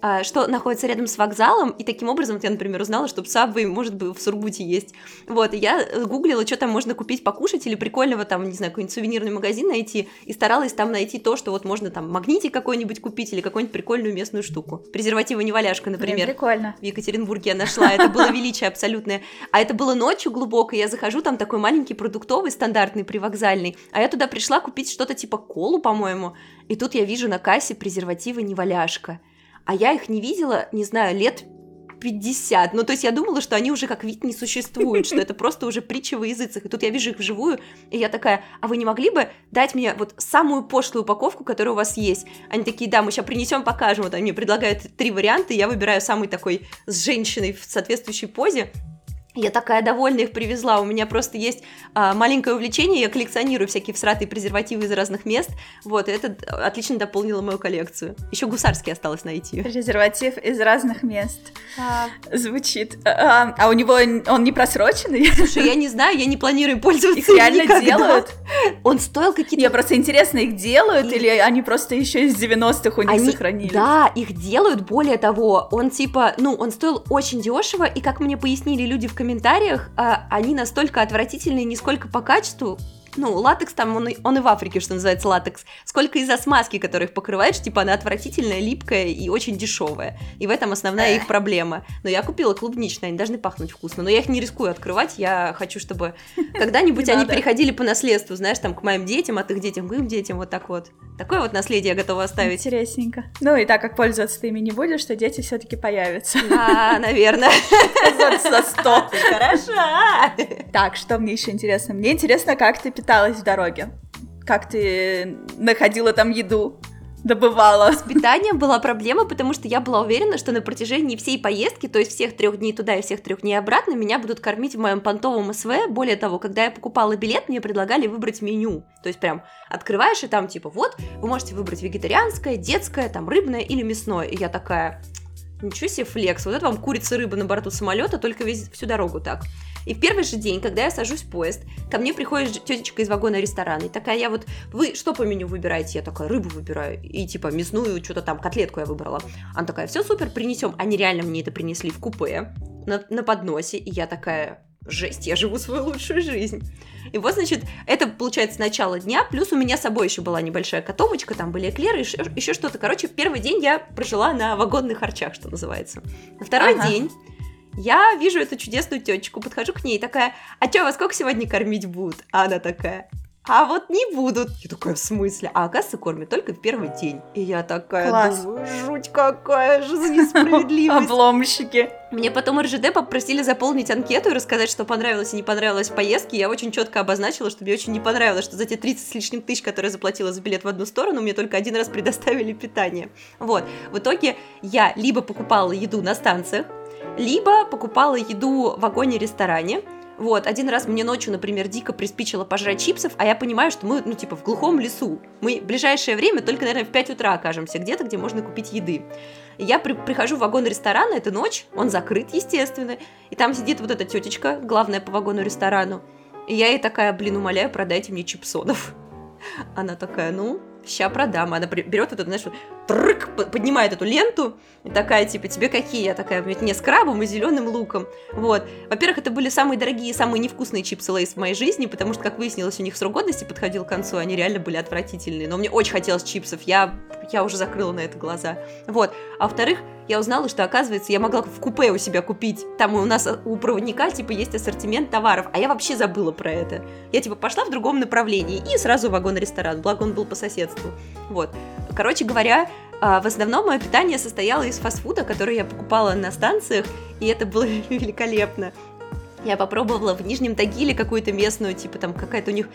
что находится рядом с вокзалом, и таким образом я, например, узнала, что Subway может быть в Сургуте есть. Вот, и я гуглила, что там можно купить покушать, или прикольного там, не знаю, какой-нибудь сувенирный магазин найти, и старалась там найти то, что вот можно там магнитик какой-нибудь купить, или какую-нибудь прикольную местную штуку. Презервативы-неваляшка, например. Блин, прикольно. В Екатеринбурге я нашла, это было величие абсолютное. А это было ночью глубоко, я захожу, там такой маленький продуктовый, стандартный, привокзальный, а я туда пришла купить что-то типа колу, по-моему, и тут я вижу на кассе презервативы-неваляшка. А я их не видела, не знаю, лет 50. Ну, то есть я думала, что они уже как вид не существуют, что это просто уже притча во языцах. И тут я вижу их вживую, и я такая, а вы не могли бы дать мне вот самую пошлую упаковку, которая у вас есть? Они такие, да, мы сейчас принесем, покажем. Вот они мне предлагают 3 варианта, и я выбираю самый такой с женщиной в соответствующей позе. Я такая довольная их привезла, у меня просто есть маленькое увлечение, я коллекционирую всякие всратые презервативы из разных мест, вот, и это отлично дополнило мою коллекцию. Еще гусарский осталось найти. Презерватив из разных мест. Звучит. А у него он не просроченный? Слушай, я не знаю, я не планирую пользоваться их реально никогда. Делают? Он стоил какие-то... Мне просто интересно, их делают, или они просто еще из 90-х у них сохранились? Да, их делают, более того, он типа, он стоил очень дешево, и как мне пояснили люди в комментариях, они настолько отвратительные не сколько по качеству, латекс там, он и в Африке, что называется, латекс, сколько из-за смазки, которая их покрывает, что типа она отвратительная, липкая и очень дешевая. И в этом основная их проблема. Но я купила клубничные, они должны пахнуть вкусно, но я их не рискую открывать, я хочу, чтобы когда-нибудь они переходили по наследству, знаешь, там, к моим детям, от их детям, к их детям, вот так вот. Такое вот наследие я готова оставить. Интересненько. Ну и так как пользоваться ты ими не будешь, что дети все-таки появятся. Да, наверное. За 100. Хорошо. Так, что мне еще интересно? Мне интересно, как ты питалась в дороге. Как ты находила там еду, добывала. С питанием была проблема, потому что я была уверена, что на протяжении всей поездки, то есть всех 3 дней туда и всех 3 дней обратно, меня будут кормить в моем понтовом СВ. Более того, когда я покупала билет, мне предлагали выбрать меню. То есть прям открываешь и там типа вот, вы можете выбрать вегетарианское, детское, там рыбное или мясное. И я такая, ничего себе флекс, вот это вам курица, рыба на борту самолета, только всю дорогу так. И в первый же день, когда я сажусь в поезд, ко мне приходит тетечка из вагона ресторана, и такая, вы что по меню выбираете? Я такая, рыбу выбираю, и типа мясную, что-то там, котлетку я выбрала. Она такая, все супер, принесем. Они реально мне это принесли в купе, на подносе, и я такая, жесть, я живу свою лучшую жизнь. И вот, значит, это получается начало дня, плюс у меня с собой еще была небольшая котомочка, там были эклеры, еще что-то. Короче, первый день я прожила на вагонных харчах, что называется. На второй день я вижу эту чудесную тетечку, подхожу к ней, такая, а что, вас сколько сегодня кормить будут? А она такая, а вот не будут. Я такая, в смысле? А оказывается, кормят только в первый день. И я такая, думаю, жуть какая же несправедливость. Обломщики. Мне потом РЖД попросили заполнить анкету и рассказать, что понравилось и не понравилось в поездке. Я очень четко обозначила, что мне очень не понравилось, что за те 30 с лишним тысяч, которые я заплатила за билет в одну сторону, мне только один раз предоставили питание. Вот. В итоге я либо покупала еду на станциях, либо покупала еду в вагоне-ресторане. Вот, один раз мне ночью, например, дико приспичило пожрать чипсов, а я понимаю, что мы, в глухом лесу. Мы в ближайшее время только, наверное, в 5 утра окажемся где-то, где можно купить еды. Я прихожу в вагон ресторана, это ночь, он закрыт, естественно, и там сидит вот эта тетечка, главная по вагону-ресторану, и я ей такая, умоляю, продайте мне чипсонов. Она такая, ща продам. Она берет этот, знаешь, поднимает эту ленту и такая, типа, тебе какие? Я такая, мне с крабом и зеленым луком. Вот. Во-первых, это были самые дорогие и самые невкусные чипсы Лейс в моей жизни, потому что, как выяснилось, у них срок годности подходил к концу, они реально были отвратительные. Но мне очень хотелось чипсов, я уже закрыла на это глаза. Вот. А во-вторых, я узнала, что, оказывается, я могла в купе у себя купить. Там у нас, у проводника, есть ассортимент товаров, а я вообще забыла про это. Я, пошла в другом направлении и сразу в вагон-ресторан, благо он был по соседству. Вот. Короче говоря, в основном мое питание состояло из фастфуда, который я покупала на станциях, и это было великолепно. Я попробовала в Нижнем Тагиле какую-то местную, там какая-то у них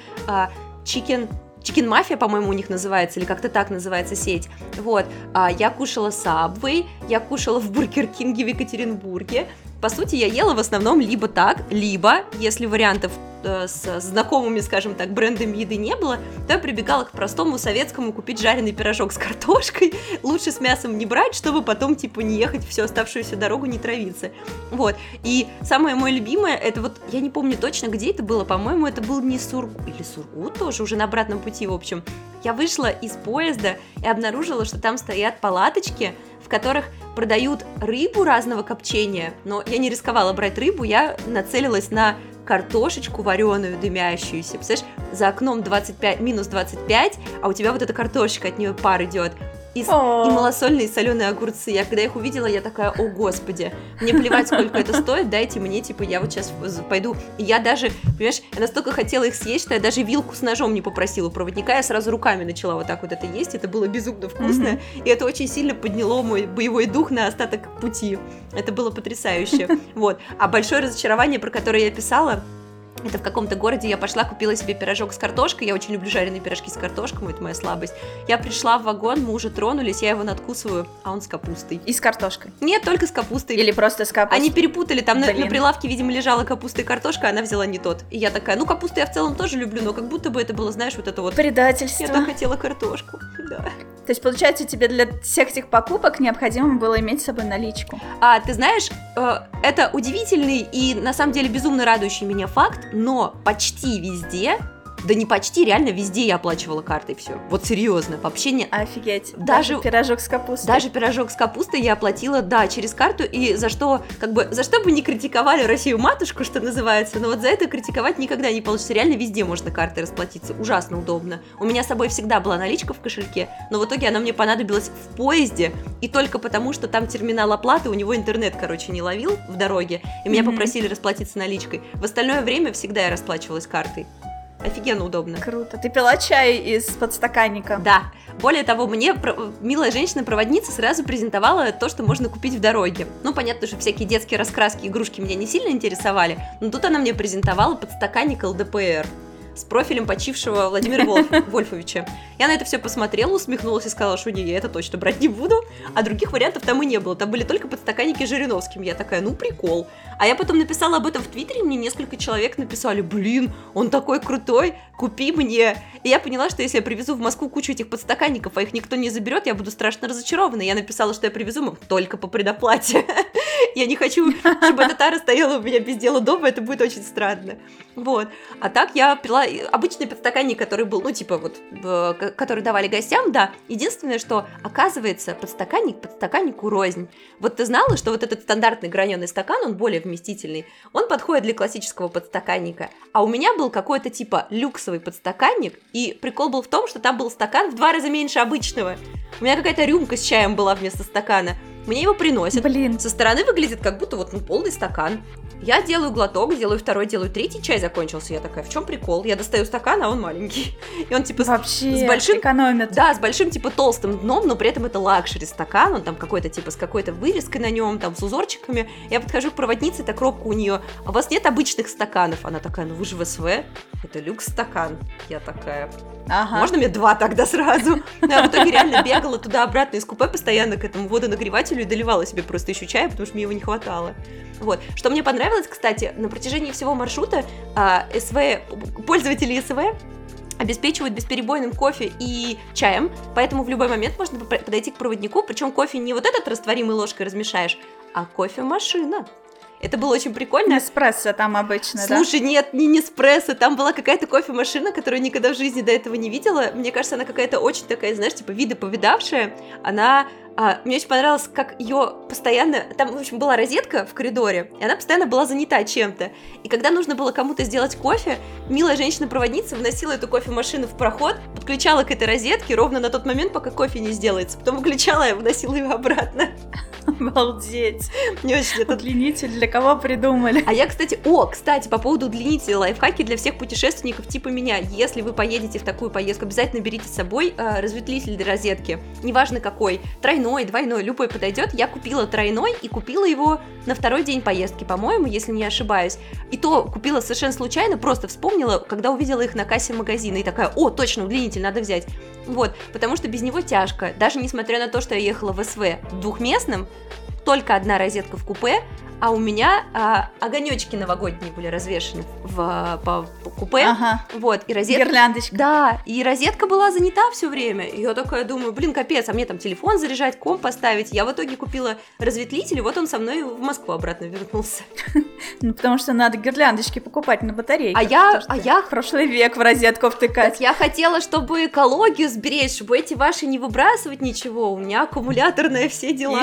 Чикен-мафия, по-моему, у них называется, или как-то так называется сеть. Вот. Я кушала Subway, я кушала в Бургер Кинге в Екатеринбурге. По сути, я ела в основном либо так, либо, если вариантов с знакомыми, скажем так, брендами еды не было, то я прибегала к простому советскому купить жареный пирожок с картошкой, лучше с мясом не брать, чтобы потом, типа, не ехать всю оставшуюся дорогу, не травиться. Вот, и самое мое любимое, это вот, я не помню точно, где это было, по-моему, это был не Сургут, или Сургут тоже, уже на обратном пути, в общем. Я вышла из поезда и обнаружила, что там стоят палаточки, в которых продают рыбу разного копчения, но я не рисковала брать рыбу, я нацелилась на картошечку вареную, дымящуюся. Представляешь, за окном минус 25, а у тебя вот эта картошечка, от нее пар идет. И малосольные соленые огурцы. Я когда их увидела, я такая: о господи, мне плевать, сколько это стоит, дайте мне, типа, я вот сейчас пойду. И я даже, понимаешь, я настолько хотела их съесть, что я даже вилку с ножом не попросила у проводника, я сразу руками начала вот так вот это есть, это было безумно вкусно, и это очень сильно подняло мой боевой дух на остаток пути. Это было потрясающе. Вот. А большое разочарование, про которое я писала, это в каком-то городе я пошла, купила себе пирожок с картошкой, я очень люблю жареные пирожки с картошкой, это моя слабость. Я пришла в вагон, мы уже тронулись, я его надкусываю, а он с капустой. И с картошкой? Нет, только с капустой. Или просто с капустой? Они перепутали, там на прилавке, видимо, лежала капуста и картошка, а она взяла не тот. И я такая, ну капусту я в целом тоже люблю, но как будто бы это было, знаешь, вот это вот... Предательство. Я так хотела картошку, да. То есть, получается, тебе для всех этих покупок необходимо было иметь с собой наличку? А, ты знаешь, это удивительный и, на самом деле, безумно радующий меня факт, но почти везде, да не почти, реально везде я оплачивала картой все. Вот серьезно, вообще не... Офигеть, даже пирожок с капустой. Даже пирожок с капустой я оплатила, да, через карту, и за что, как бы, за что бы не критиковали Россию-матушку, что называется, но вот за это критиковать никогда не получится. Реально везде можно картой расплатиться, ужасно удобно. У меня с собой всегда была наличка в кошельке, но в итоге она мне понадобилась в поезде, и только потому, что там терминал оплаты, у него интернет, короче, не ловил в дороге, и меня попросили расплатиться наличкой. В остальное время всегда я расплачивалась картой. Офигенно удобно. Круто. Ты пила чай из подстаканника? Да. Более того, мне милая женщина-проводница сразу презентовала то, что можно купить в дороге. Ну, понятно, что всякие детские раскраски, игрушки меня не сильно интересовали, но тут она мне презентовала подстаканник ЛДПР с профилем почившего Владимира Вольфовича. Я на это все посмотрела, усмехнулась и сказала, что не, я это точно брать не буду, а других вариантов там и не было, там были только подстаканники с Жириновским. Я такая, ну прикол. А я потом написала об этом в Твиттере, мне несколько человек написали, блин, он такой крутой, купи мне. И я поняла, что если я привезу в Москву кучу этих подстаканников, а их никто не заберет, я буду страшно разочарована. Я написала, что я привезу их только по предоплате. Я не хочу, чтобы эта тара стояла у меня без дела дома, это будет очень странно. Вот. А так я пила обычный подстаканник, который был, ну, типа вот, который давали гостям, да. Единственное, что, оказывается, подстаканник подстаканнику рознь. Вот ты знала, что вот этот стандартный граненый стакан, он более вместительный, он подходит для классического подстаканника. А у меня был какой-то типа люксовый подстаканник, и прикол был в том, что там был стакан в 2 раза меньше обычного. У меня какая-то рюмка с чаем была вместо стакана. Мне его приносят. Блин. Со стороны выглядит как будто вот, ну, полный стакан. Я делаю глоток, делаю второй, делаю третий, чай закончился. Я такая, в чем прикол? Я достаю стакан, а он маленький. И он типа вообще с большим... экономит. Да, с большим типа толстым дном, но при этом это лакшери стакан. Он там какой-то типа с какой-то вырезкой на нем, там с узорчиками. Я подхожу к проводнице, так робко у нее. А у вас нет обычных стаканов? Она такая, ну вы же в СВ. Это люкс-стакан. Я такая... Ага. Можно мне 2 тогда сразу? Я в итоге реально бегала туда-обратно из купе постоянно к этому водонагревателю и доливала себе просто еще чая, потому что мне его не хватало. Вот. Что мне понравилось, кстати, на протяжении всего маршрута пользователи СВ обеспечивают бесперебойным кофе и чаем, поэтому в любой момент можно подойти к проводнику, причем кофе не вот этот растворимой ложкой размешаешь, а кофемашина. Это было очень прикольно. Неспрессо там обычно, да? Слушай, нет, не Неспрессо, там была какая-то кофемашина, которую я никогда в жизни до этого не видела. Мне кажется, она какая-то очень такая, знаешь, типа виды повидавшая. Она... мне очень понравилось, как ее постоянно... Там, в общем, была розетка в коридоре, и она постоянно была занята чем-то. И когда нужно было кому-то сделать кофе, милая женщина-проводница вносила эту кофемашину в проход, подключала к этой розетке ровно на тот момент, пока кофе не сделается. Потом выключала и вносила ее обратно. Обалдеть. Мне очень это... Удлинитель для кого придумали? А я, кстати, по поводу удлинителя, лайфхаки для всех путешественников типа меня. Если вы поедете в такую поездку, обязательно берите с собой разветвитель для розетки. Неважно какой, тройной, двойной, любой подойдет. Я купила тройной и купила его на 2-й день поездки, по-моему, если не ошибаюсь. И то купила совершенно случайно, просто вспомнила, когда увидела их на кассе магазина. И такая, о, точно, удлинитель надо взять. Вот, потому что без него тяжко. Даже несмотря на то, что я ехала в СВ двухместным, только одна розетка в купе, а у меня огонечки новогодние были развешаны по купе. Ага. Вот, и розетка... Гирляндочка. Да, и розетка была занята все время. И я такая думаю, блин, капец, а мне там телефон заряжать, комп поставить. Я в итоге купила разветвитель, и вот он со мной в Москву обратно вернулся. Ну, потому что надо гирляндочки покупать на батарейках. А я... Прошлый век в розетку втыкать. Так я хотела, чтобы экологию сберечь, чтобы эти ваши не выбрасывать ничего. У меня аккумуляторные все дела.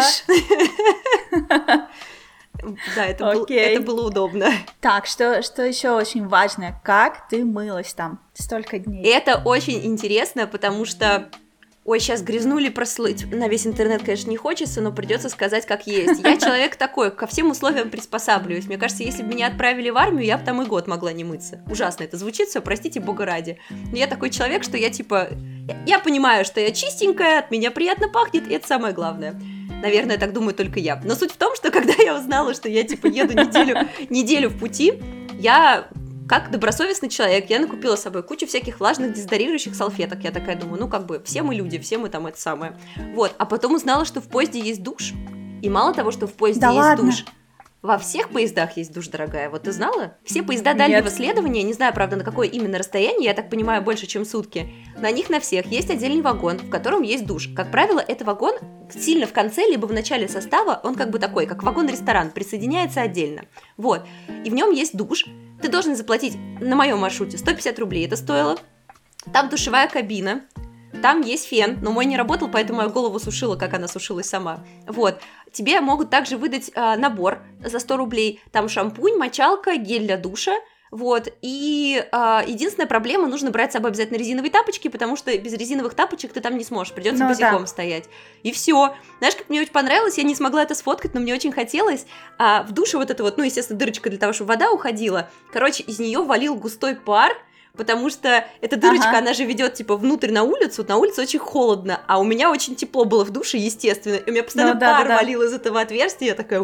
Да, это было удобно. Так, что еще очень важно? Как ты мылась там столько дней? Это очень интересно, потому что... Ой, сейчас грязнули прослыть. На весь интернет, конечно, не хочется, но придется сказать, как есть. Я человек такой, ко всем условиям приспосабливаюсь. Мне кажется, если бы меня отправили в армию, я бы там и год могла не мыться. Ужасно это звучит все, простите, бога ради. Но я такой человек, что я типа... Я понимаю, что я чистенькая, от меня приятно пахнет, и это самое главное. Наверное, так думаю только я. Но суть в том, что когда я узнала, что я типа еду неделю в пути, я... Как добросовестный человек, я накупила с собой кучу всяких влажных дезодорирующих салфеток. Я такая думаю, ну как бы, все мы люди, все мы там это самое. Вот, а потом узнала, что в поезде есть душ. И мало того, что в поезде да есть ладно? душ, во всех поездах есть душ, дорогая. Вот ты знала? Все поезда дальнего следования, не знаю, правда, на какое именно расстояние, я так понимаю, больше, чем сутки, на них на всех есть отдельный вагон, в котором есть душ. Как правило, это вагон сильно в конце, либо в начале состава, он как бы такой, как вагон-ресторан, присоединяется отдельно. Вот, и в нем есть душ. Ты должен заплатить на моем маршруте 150 рублей это стоило. Там душевая кабина, там есть фен, но мой не работал, поэтому я голову сушила, как она сушилась сама. Вот. Тебе могут также выдать набор за 100 рублей. Там шампунь, мочалка, гель для душа. Вот, и единственная проблема, нужно брать с собой обязательно резиновые тапочки, потому что без резиновых тапочек ты там не сможешь, придется босиком стоять. И все. Знаешь, как мне очень понравилось, я не смогла это сфоткать, но мне очень хотелось. В душе вот эта вот, ну, естественно, дырочка для того, чтобы вода уходила. Короче, из нее валил густой пар, потому что эта дырочка, она же ведет, типа, внутрь на улице очень холодно, а у меня очень тепло было в душе, естественно, и у меня постоянно пар валил из этого отверстия, я такая,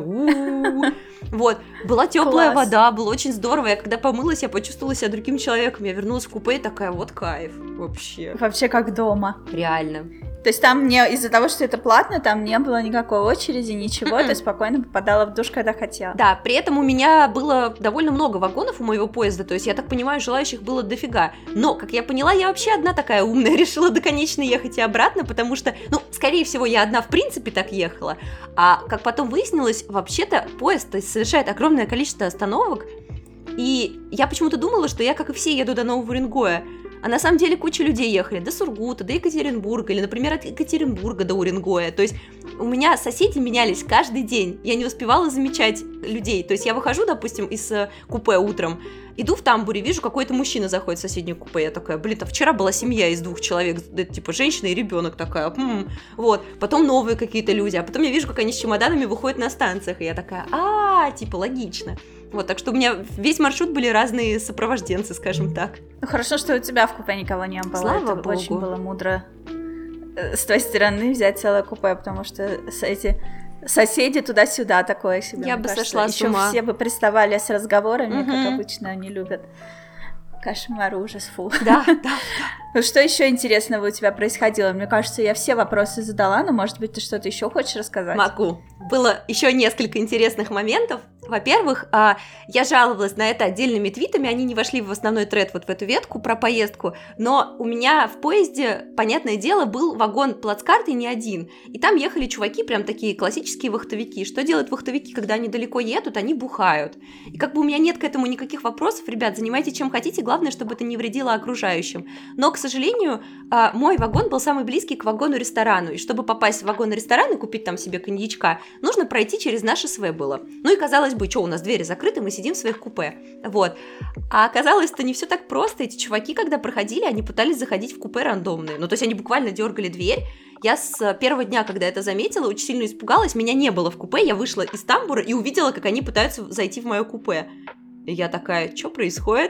вот, была теплая вода, было очень здорово, я когда помылась, я почувствовала себя другим человеком, я вернулась в купе и такая, вот кайф, вообще. Вообще как дома. Реально. То есть там из-за того, что это платно, там не было никакой очереди, ничего, ты спокойно попадала в душ, когда хотела. Да, при этом у меня было довольно много вагонов у моего поезда, то есть, я так понимаю, желающих было дофига. Но, как я поняла, я вообще одна такая умная, решила до конечной ехать и обратно, потому что, ну, скорее всего, я одна в принципе так ехала. А, как потом выяснилось, вообще-то поезд совершает огромное количество остановок, и я почему-то думала, что я, как и все, еду до Нового Уренгоя. А на самом деле куча людей ехали до Сургута, до Екатеринбурга, или, например, от Екатеринбурга до Уренгоя. То есть у меня соседи менялись каждый день, я не успевала замечать людей. То есть я выхожу, допустим, из купе утром, иду в тамбуре, вижу, какой-то мужчина заходит в соседнее купе, я такая, блин, а вчера была семья из 2 человек, типа женщина и ребенок такая, вот, потом новые какие-то люди, а потом я вижу, как они с чемоданами выходят на станциях, и я такая, типа, логично. Вот, так что у меня весь маршрут были разные сопровожденцы, скажем так. Ну, хорошо, что у тебя в купе никого не было. Слава Это богу. Очень было мудро с той стороны взять целое купе, потому что эти соседи туда-сюда такое себе. Я бы сошла с ума. Еще все бы приставали с разговорами, как обычно они любят. Кошмар, ужас, фу. Да. Ну, что еще интересного у тебя происходило? Мне кажется, я все вопросы задала, но, может быть, ты что-то еще хочешь рассказать? Могу. Было еще несколько интересных моментов. Во-первых, я жаловалась на это отдельными твитами, они не вошли в основной тред вот в эту ветку про поездку, но у меня в поезде, понятное дело, был вагон плацкарт и не один, и там ехали чуваки, прям такие классические вахтовики. Что делают вахтовики, когда они далеко едут? Они бухают. И как бы у меня нет к этому никаких вопросов, ребят, занимайтесь чем хотите, главное, чтобы это не вредило окружающим. Но, к сожалению, мой вагон был самый близкий к вагону-ресторану, и чтобы попасть в вагон-ресторан и купить там себе коньячка, нужно пройти через наше СВ было. Ну и казалось бы, что у нас двери закрыты, мы сидим в своих купе. Вот. А оказалось-то не все так просто. Эти чуваки, когда проходили, они пытались заходить в купе рандомные. Ну, то есть они буквально дергали дверь. Я с первого дня, когда это заметила, очень сильно испугалась. Меня не было в купе, я вышла из тамбура и увидела, как они пытаются зайти в мое купе. И я такая, что происходит?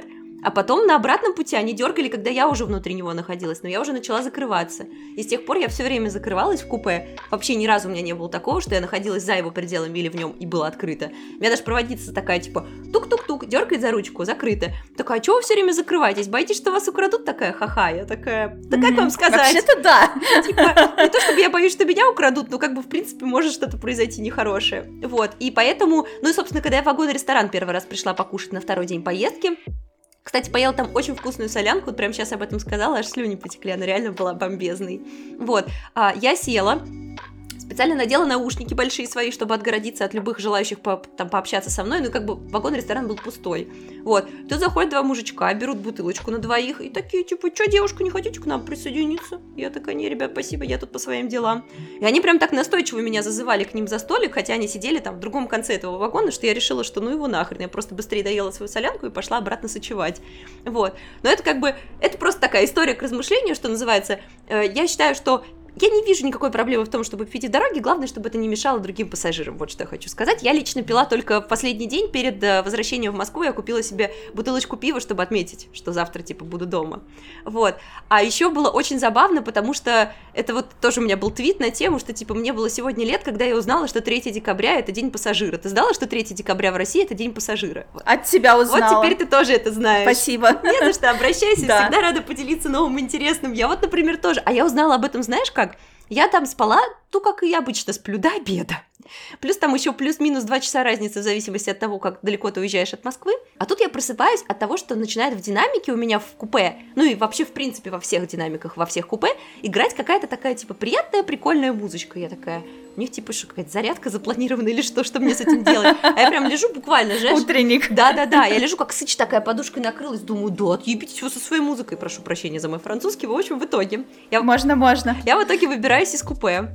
А потом на обратном пути они дергали, когда я уже внутри него находилась, но я уже начала закрываться. И с тех пор я все время закрывалась в купе. Вообще ни разу у меня не было такого, что я находилась за его пределами или в нем и было открыто. У меня даже проводница такая, типа, тук-тук-тук, дергает за ручку, закрыто. Такая, а чего вы все время закрываетесь? Боитесь, что вас украдут? Такая, ха-ха. Я такая, да как вам сказать? Вообще-то да. Типа, не то чтобы я боюсь, что меня украдут, но как бы в принципе может что-то произойти нехорошее. Вот, и поэтому, ну и собственно, когда я в вагон-ресторан первый раз пришла покушать на второй день поездки, кстати, поела там очень вкусную солянку, вот прямо сейчас об этом сказала, аж слюни потекли, она реально была бомбезной. Вот, я села, специально надела наушники большие свои, чтобы отгородиться от любых желающих там пообщаться со мной, ну как бы вагон-ресторан был пустой. Вот, тут заходят два мужичка, берут бутылочку на двоих и такие, типа, что, девушка, не хотите к нам присоединиться? Я такая, не, ребят, спасибо, я тут по своим делам. И они прям так настойчиво меня зазывали к ним за столик, хотя они сидели там в другом конце этого вагона, что я решила, что ну его нахрен, я просто быстрее доела свою солянку и пошла обратно сочевать. Вот, но это как бы, это просто такая история к размышлению, что называется. Я считаю, что я не вижу никакой проблемы в том, чтобы пить в дороге, главное, чтобы это не мешало другим пассажирам, вот что я хочу сказать. Я лично пила только в последний день перед возвращением в Москву, я купила себе бутылочку пива, чтобы отметить, что завтра, типа, буду дома. Вот. А еще было очень забавно, потому что это вот тоже у меня был твит на тему, что, типа, мне было сегодня лет, когда я узнала, что 3 декабря — это день пассажира. Ты знала, что 3 декабря в России — это день пассажира? От тебя узнала. Вот теперь ты тоже это знаешь. Спасибо. Не за что, обращайся, Да. всегда рада поделиться новым интересным. Я вот, например, тоже. А я узнала об этом, знаешь как? Я там спала, ну, как и я обычно сплю, до обеда. Плюс там еще плюс-минус 2 часа разницы в зависимости от того, как далеко ты уезжаешь от Москвы. А тут я просыпаюсь от того, что начинает в динамике у меня в купе, ну и вообще, в принципе, во всех динамиках, во всех купе, играть какая-то такая, типа, приятная, прикольная музычка. Я такая, у них, типа, что, какая-то зарядка запланирована или что мне с этим делать? А я прям лежу буквально, знаешь. Утренник. Да-да-да, я лежу как сыч такая, подушкой накрылась, думаю, да, отъебитесь вы со своей музыкой, прошу прощения за мой французский, в общем, в итоге. Можно. Я в итоге выбираюсь из купе.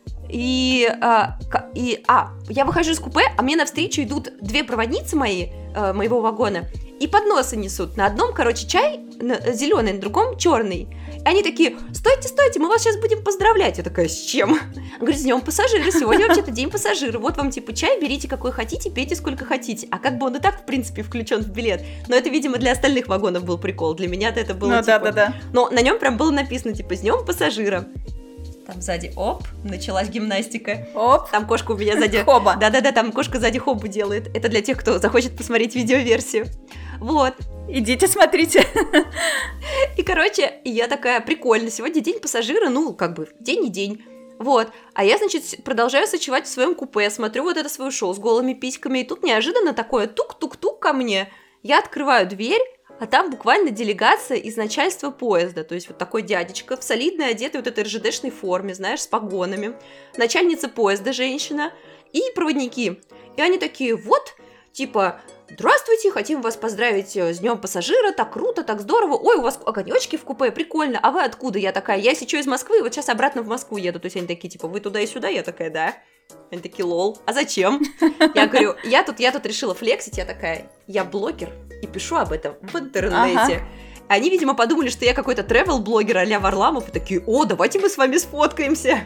Я выхожу из купе, а мне навстречу идут 2 проводницы моего вагона, и подносы несут. На одном, короче, чай зеленый, на другом черный. И они такие, стойте, мы вас сейчас будем поздравлять. Я такая, с чем? Говорю, с днем пассажира, сегодня вообще-то день пассажира. Вот вам, типа, чай, берите какой хотите, пейте сколько хотите. А как бы он и так, в принципе, включен в билет. Но это, видимо, для остальных вагонов был прикол. Для меня-то это было, Ну, типа... да. Но на нем прям было написано, типа, с днем пассажира. Там сзади, оп, началась гимнастика. Оп. Там кошка у меня сзади... Хоба. Да-да-да, там кошка сзади хобу делает. Это для тех, кто захочет посмотреть видеоверсию. Вот. Идите, смотрите. И, короче, я такая, прикольно, сегодня день пассажира, ну, как бы, день и день. Вот. А я, значит, продолжаю сочевать в своем купе, смотрю вот это свое шоу с голыми письками, и тут неожиданно такое тук-тук-тук ко мне. Я открываю дверь, а там буквально делегация из начальства поезда, то есть вот такой дядечка в солидной одетой вот этой РЖДшной форме, знаешь, с погонами, начальница поезда женщина и проводники. И они такие, вот, типа, здравствуйте, хотим вас поздравить с днем пассажира, так круто, так здорово, ой, у вас огонечки в купе, прикольно, а вы откуда? Я такая, я сейчас из Москвы, вот сейчас обратно в Москву еду, то есть они такие, типа, вы туда и сюда? Я такая, да. Они такие, лол, а зачем? Я говорю, я тут решила флексить, я такая, я блогер и пишу об этом в интернете. Ага. Они, видимо, подумали, что я какой-то тревел-блогер а-ля Варламов, и такие, о, давайте мы с вами сфоткаемся.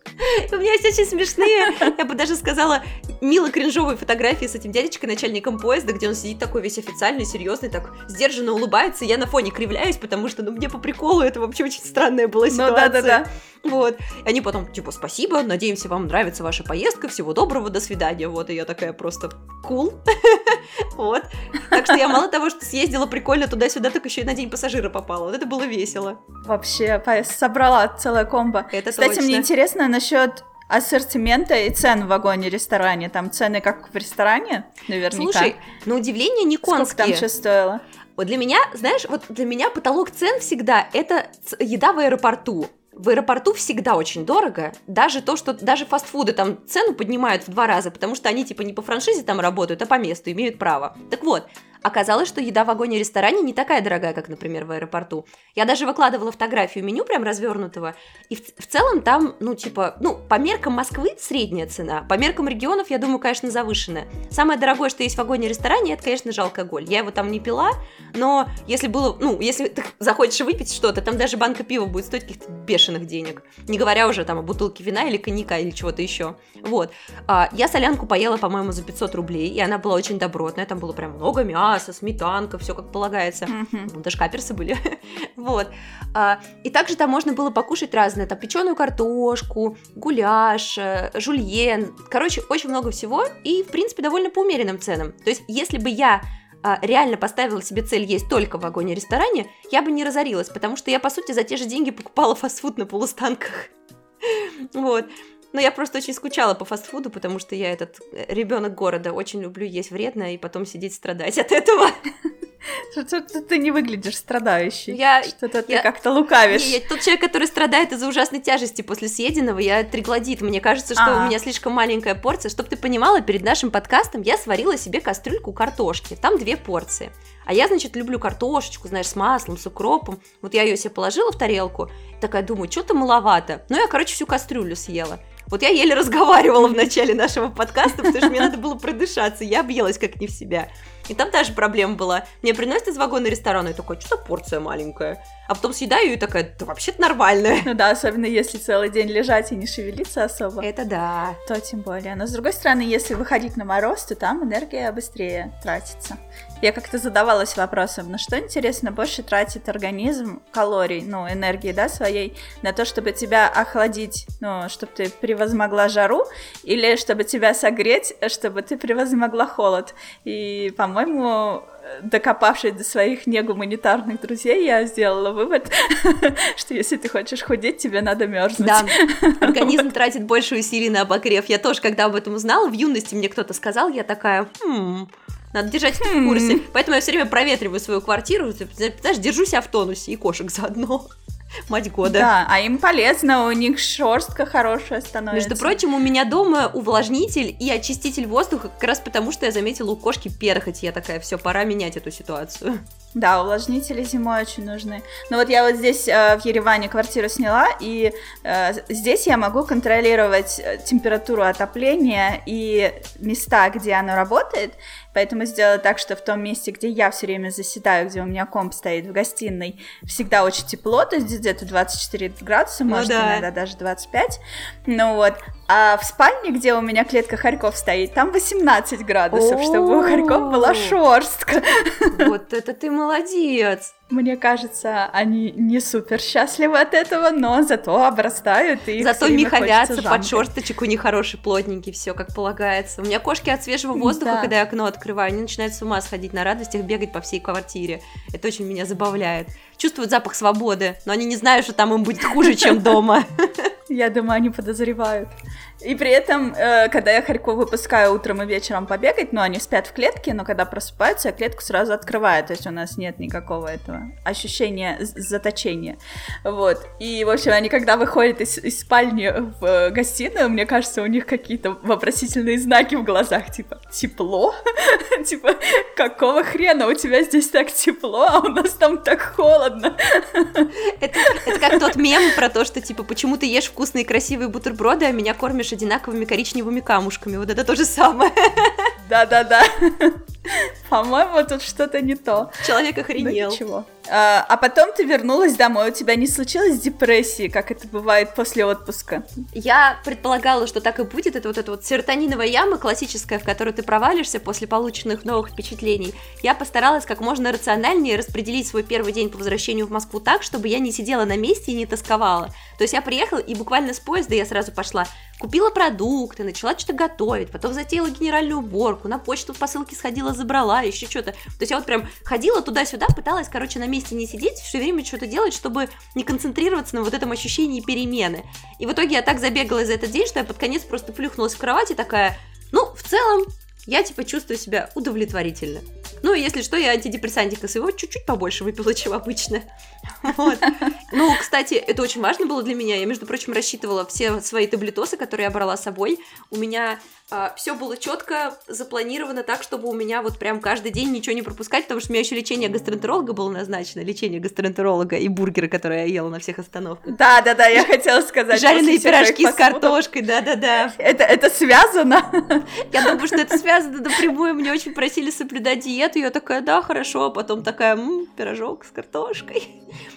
У меня есть очень смешные, я бы даже сказала, мило-кринжовые фотографии с этим дядечкой, начальником поезда, где он сидит такой весь официальный, серьезный, так сдержанно улыбается, и я на фоне кривляюсь, потому что, ну, мне по приколу это вообще очень странная была ситуация. Ну, да. Вот. И они потом, типа, спасибо, надеемся, вам нравится ваша поездка, всего доброго, до свидания. Вот, и я такая просто, cool. Вот. Так что я мало того, что съездила прикольно туда-сюда, так еще и на день пассажира попала. Вот это было весело. Вообще, собрала целое комбо. Это Кстати, точно. мне интересно насчет ассортимента и цен в вагоне-ресторане. Там цены как в ресторане, наверняка. Слушай, на удивление не конские. Сколько там что стоило? Вот для меня, знаешь, вот для меня потолок цен всегда это еда в аэропорту. В аэропорту всегда очень дорого, даже то, что даже фастфуды там цену поднимают в 2 раза, потому что они типа не по франшизе там работают, а по месту, имеют право. Так вот, оказалось, что еда в вагоне-ресторане не такая дорогая, как, например, в аэропорту. Я даже выкладывала фотографию меню прям развернутого, и в целом там, ну, типа, ну, по меркам Москвы средняя цена, по меркам регионов, я думаю, конечно, завышенная. Самое дорогое, что есть в вагоне-ресторане, это, конечно же, алкоголь. Я его там не пила, но если было, ну, если ты захочешь выпить что-то, там даже банка пива будет стоить каких-то бешеных денег, не говоря уже там о бутылке вина или коньяка или чего-то еще. Вот. Я солянку поела, по-моему, за 500 рублей, и она была очень добротная, там было прям много мяса, мясо, сметанка, все как полагается. Даже каперсы были. Вот. И также там можно было покушать разное, там печеную картошку, гуляш, жульен. Короче, очень много всего и, в принципе, довольно по умеренным ценам. То есть, если бы я реально поставила себе цель есть только в вагоне-ресторане, я бы не разорилась, потому что я, по сути, за те же деньги покупала фастфуд на полустанках. Вот. Но я просто очень скучала по фастфуду, потому что я ребенок города, очень люблю есть вредно и потом сидеть страдать от этого. Что-то ты не выглядишь страдающей. Что-то ты я как-то лукавишь. Я тот человек, который страдает из-за ужасной тяжести после съеденного. Я триглодит. Мне кажется, что у меня слишком маленькая порция. Чтоб ты понимала, перед нашим подкастом я сварила себе кастрюльку картошки. Там 2 порции. А я, значит, люблю картошечку, знаешь, с маслом, с укропом. Вот я ее себе положила в тарелку. Такая думаю, что-то маловато. Ну, я, короче, всю кастрюлю съела. Вот я еле разговаривала в начале нашего подкаста, потому что мне надо было продышаться. Я объелась как не в себя. И там та же проблема была. Мне приносят из вагона ресторана, и такой, что-то порция маленькая. А потом съедаю и такая, да вообще-то нормальная. Ну да, особенно если целый день лежать и не шевелиться особо. Это да. То тем более. Но с другой стороны, если выходить на мороз, то там энергия быстрее тратится. Я как-то задавалась вопросом, на что, интересно, больше тратит организм калорий, энергии, да, своей, на то, чтобы тебя охладить, чтобы ты превозмогла жару, или чтобы тебя согреть, чтобы ты превозмогла холод. И, по-моему, докопавшись до своих негуманитарных друзей, я сделала вывод, что если ты хочешь худеть, тебе надо мерзнуть. Да, организм тратит больше усилий на обогрев. Я тоже, когда об этом узнала, в юности мне кто-то сказал, я такая, надо держать в курсе. Поэтому я все время проветриваю свою квартиру, знаешь, держу себя в тонусе, и кошек заодно. Мать года. Да, а им полезно, у них шерстка хорошая становится. Между прочим, у меня дома увлажнитель и очиститель воздуха, как раз потому, что я заметила у кошки перхоть. Я такая, все, пора менять эту ситуацию. Да, увлажнители зимой очень нужны. Но вот я вот здесь в Ереване квартиру сняла, и здесь я могу контролировать температуру отопления и места, где оно работает. Поэтому сделала так, что в том месте, где я все время заседаю, где у меня комп стоит в гостиной, всегда очень тепло, то есть где-то 24 градуса, может, иногда даже 25. Ну вот. А в спальне, где у меня клетка хорьков стоит, там 18 градусов, чтобы у хорьков была шерстка. Вот это ты молодец! Мне кажется, они не супер счастливы от этого, но зато обрастают и зато меховятся под шерсточек, у них хороший, плотненький, все как полагается. У меня кошки от свежего воздуха, когда я окно открываю, они начинают с ума сходить на радостях, бегать по всей квартире. Это очень меня забавляет. Чувствуют запах свободы, но они не знают, что там им будет хуже, чем дома. Я думаю, они подозревают. И при этом, когда я хорьков выпускаю утром и вечером побегать, они спят в клетке, но когда просыпаются, я клетку сразу открываю, то есть у нас нет никакого этого ощущения заточения. Вот. И, в общем, они когда выходят из спальни в гостиную, мне кажется, у них какие-то вопросительные знаки в глазах, типа, тепло? Типа, какого хрена у тебя здесь так тепло, а у нас там так холодно? Это как тот мем про то, что, типа, почему ты ешь вкусные красивые бутерброды, а меня кормишь одинаковыми коричневыми камушками. Вот это то же самое. Да-да-да. По-моему, тут что-то не то. Человек охренел. Ну, ничего. А потом ты вернулась домой, у тебя не случилось депрессии, как это бывает после отпуска? Я предполагала, что так и будет. Это вот серотониновая яма классическая, в которую ты провалишься после полученных новых впечатлений. Я постаралась как можно рациональнее распределить свой первый день по возвращению в Москву так, чтобы я не сидела на месте и не тосковала. То есть я приехала, и буквально с поезда я сразу пошла, купила продукты, начала что-то готовить, потом затеяла генеральную уборку, на почту в посылке сходила, забрала, еще что-то. То есть я вот прям ходила туда-сюда, пыталась, на месте не сидеть, все время что-то делать, чтобы не концентрироваться на вот этом ощущении перемены. И в итоге я так забегала за этот день, что я под конец просто плюхнулась в кровать и такая, в целом, я чувствую себя удовлетворительно. Если что, я антидепрессантика своего чуть-чуть побольше выпила, чем обычно. Вот. Кстати, это очень важно было для меня. Я, между прочим, рассчитывала все свои таблетосы, которые я брала с собой. У меня все было четко запланировано так, чтобы у меня вот прям каждый день ничего не пропускать, потому что у меня еще лечение гастроэнтеролога было назначено. Лечение гастроэнтеролога и бургеры, которые я ела на всех остановках. Да-да-да, я хотела сказать. Жареные пирожки с картошкой, да-да-да. Это связано? Я думаю, что это связано напрямую. Мне очень просили соблюдать диету. Я такая, да, хорошо. А потом такая, пирожок с картошкой.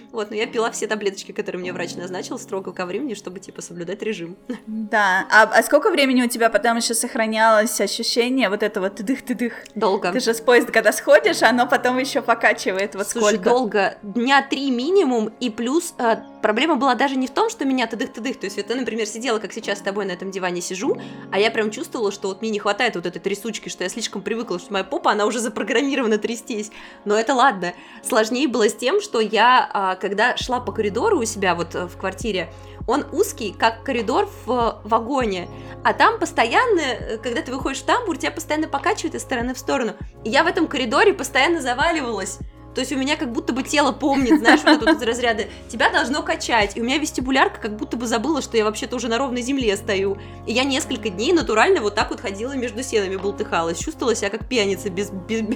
Вот, но я пила все таблеточки, которые мне врач назначил строго ко времени, чтобы, типа, соблюдать режим. Да, а сколько времени у тебя потом еще сохранялось ощущение вот этого тыдых-тыдых? Долго. Ты же с поезда, когда сходишь, оно потом еще покачивает, вот Слушай, сколько? долго, дня 3 минимум, и плюс проблема была даже не в том, что меня тыдых-тыдых, то есть вот я, например, сидела, как сейчас с тобой на этом диване сижу, а я прям чувствовала, что вот мне не хватает вот этой трясучки, что я слишком привыкла, что моя попа, она уже запрограммирована трястись, но это ладно. Сложнее было с тем, что я, когда шла по коридору у себя вот в квартире, он узкий, как коридор в вагоне, а там постоянно, когда ты выходишь в тамбур, тебя постоянно покачивает из стороны в сторону, и я в этом коридоре постоянно заваливалась. То есть у меня как будто бы тело помнит, знаешь, вот это вот из разряда «тебя должно качать», и у меня вестибулярка как будто бы забыла, что я вообще-то уже на ровной земле стою. И я несколько дней натурально вот так вот ходила между стенами, болтыхалась, чувствовала себя как пьяница без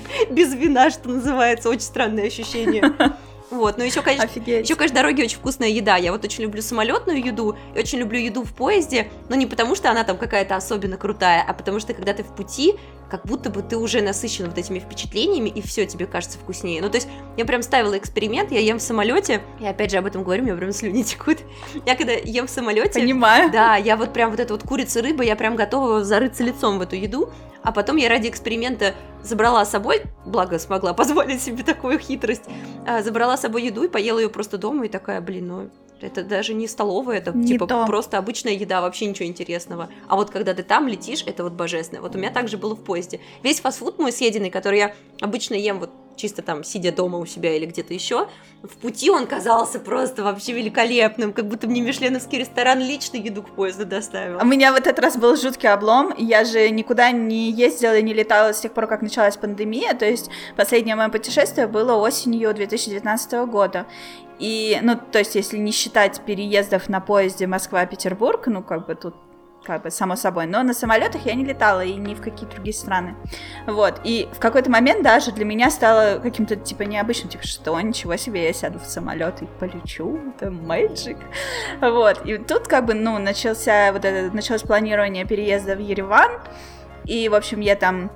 вина, что называется, очень странное ощущение. Вот, ну еще, конечно, дороги очень вкусная еда. Я вот очень люблю самолетную еду и очень люблю еду в поезде, но не потому, что она там какая-то особенно крутая, а потому что когда ты в пути, как будто бы ты уже насыщен вот этими впечатлениями, и все тебе кажется вкуснее. Ну, то есть, я прям ставила эксперимент, я ем в самолете, и опять же об этом говорю, мне прям слюни текут. Я когда ем в самолете, понимаю. Да, я вот прям вот эта вот курица, рыба, я прям готова зарыться лицом в эту еду. А потом я ради эксперимента забрала с собой, благо смогла позволить себе такую хитрость, забрала с собой еду и поела ее просто дома, и такая, блин, ну, это даже не столовая, это не типа то. Просто обычная еда, вообще ничего интересного. А вот когда ты там летишь, это вот божественно. Вот у меня также было в поезде. Весь фастфуд мой съеденный, который я обычно ем вот чисто там, сидя дома у себя или где-то еще, в пути он казался просто вообще великолепным, как будто мне мишленовский ресторан лично еду к поезду доставил. У меня в этот раз был жуткий облом, я же никуда не ездила и не летала с тех пор, как началась пандемия, то есть последнее мое путешествие было осенью 2019 года. И, ну, то есть, если не считать переездов на поезде Москва-Петербург, ну, как бы тут как бы само собой, но на самолетах я не летала и ни в какие другие страны, вот, и в какой-то момент даже для меня стало каким-то, типа, необычным, типа, что, ничего себе, я сяду в самолет и полечу, это magic, вот, и тут, как бы, ну, началось планирование переезда в Ереван, и, в общем,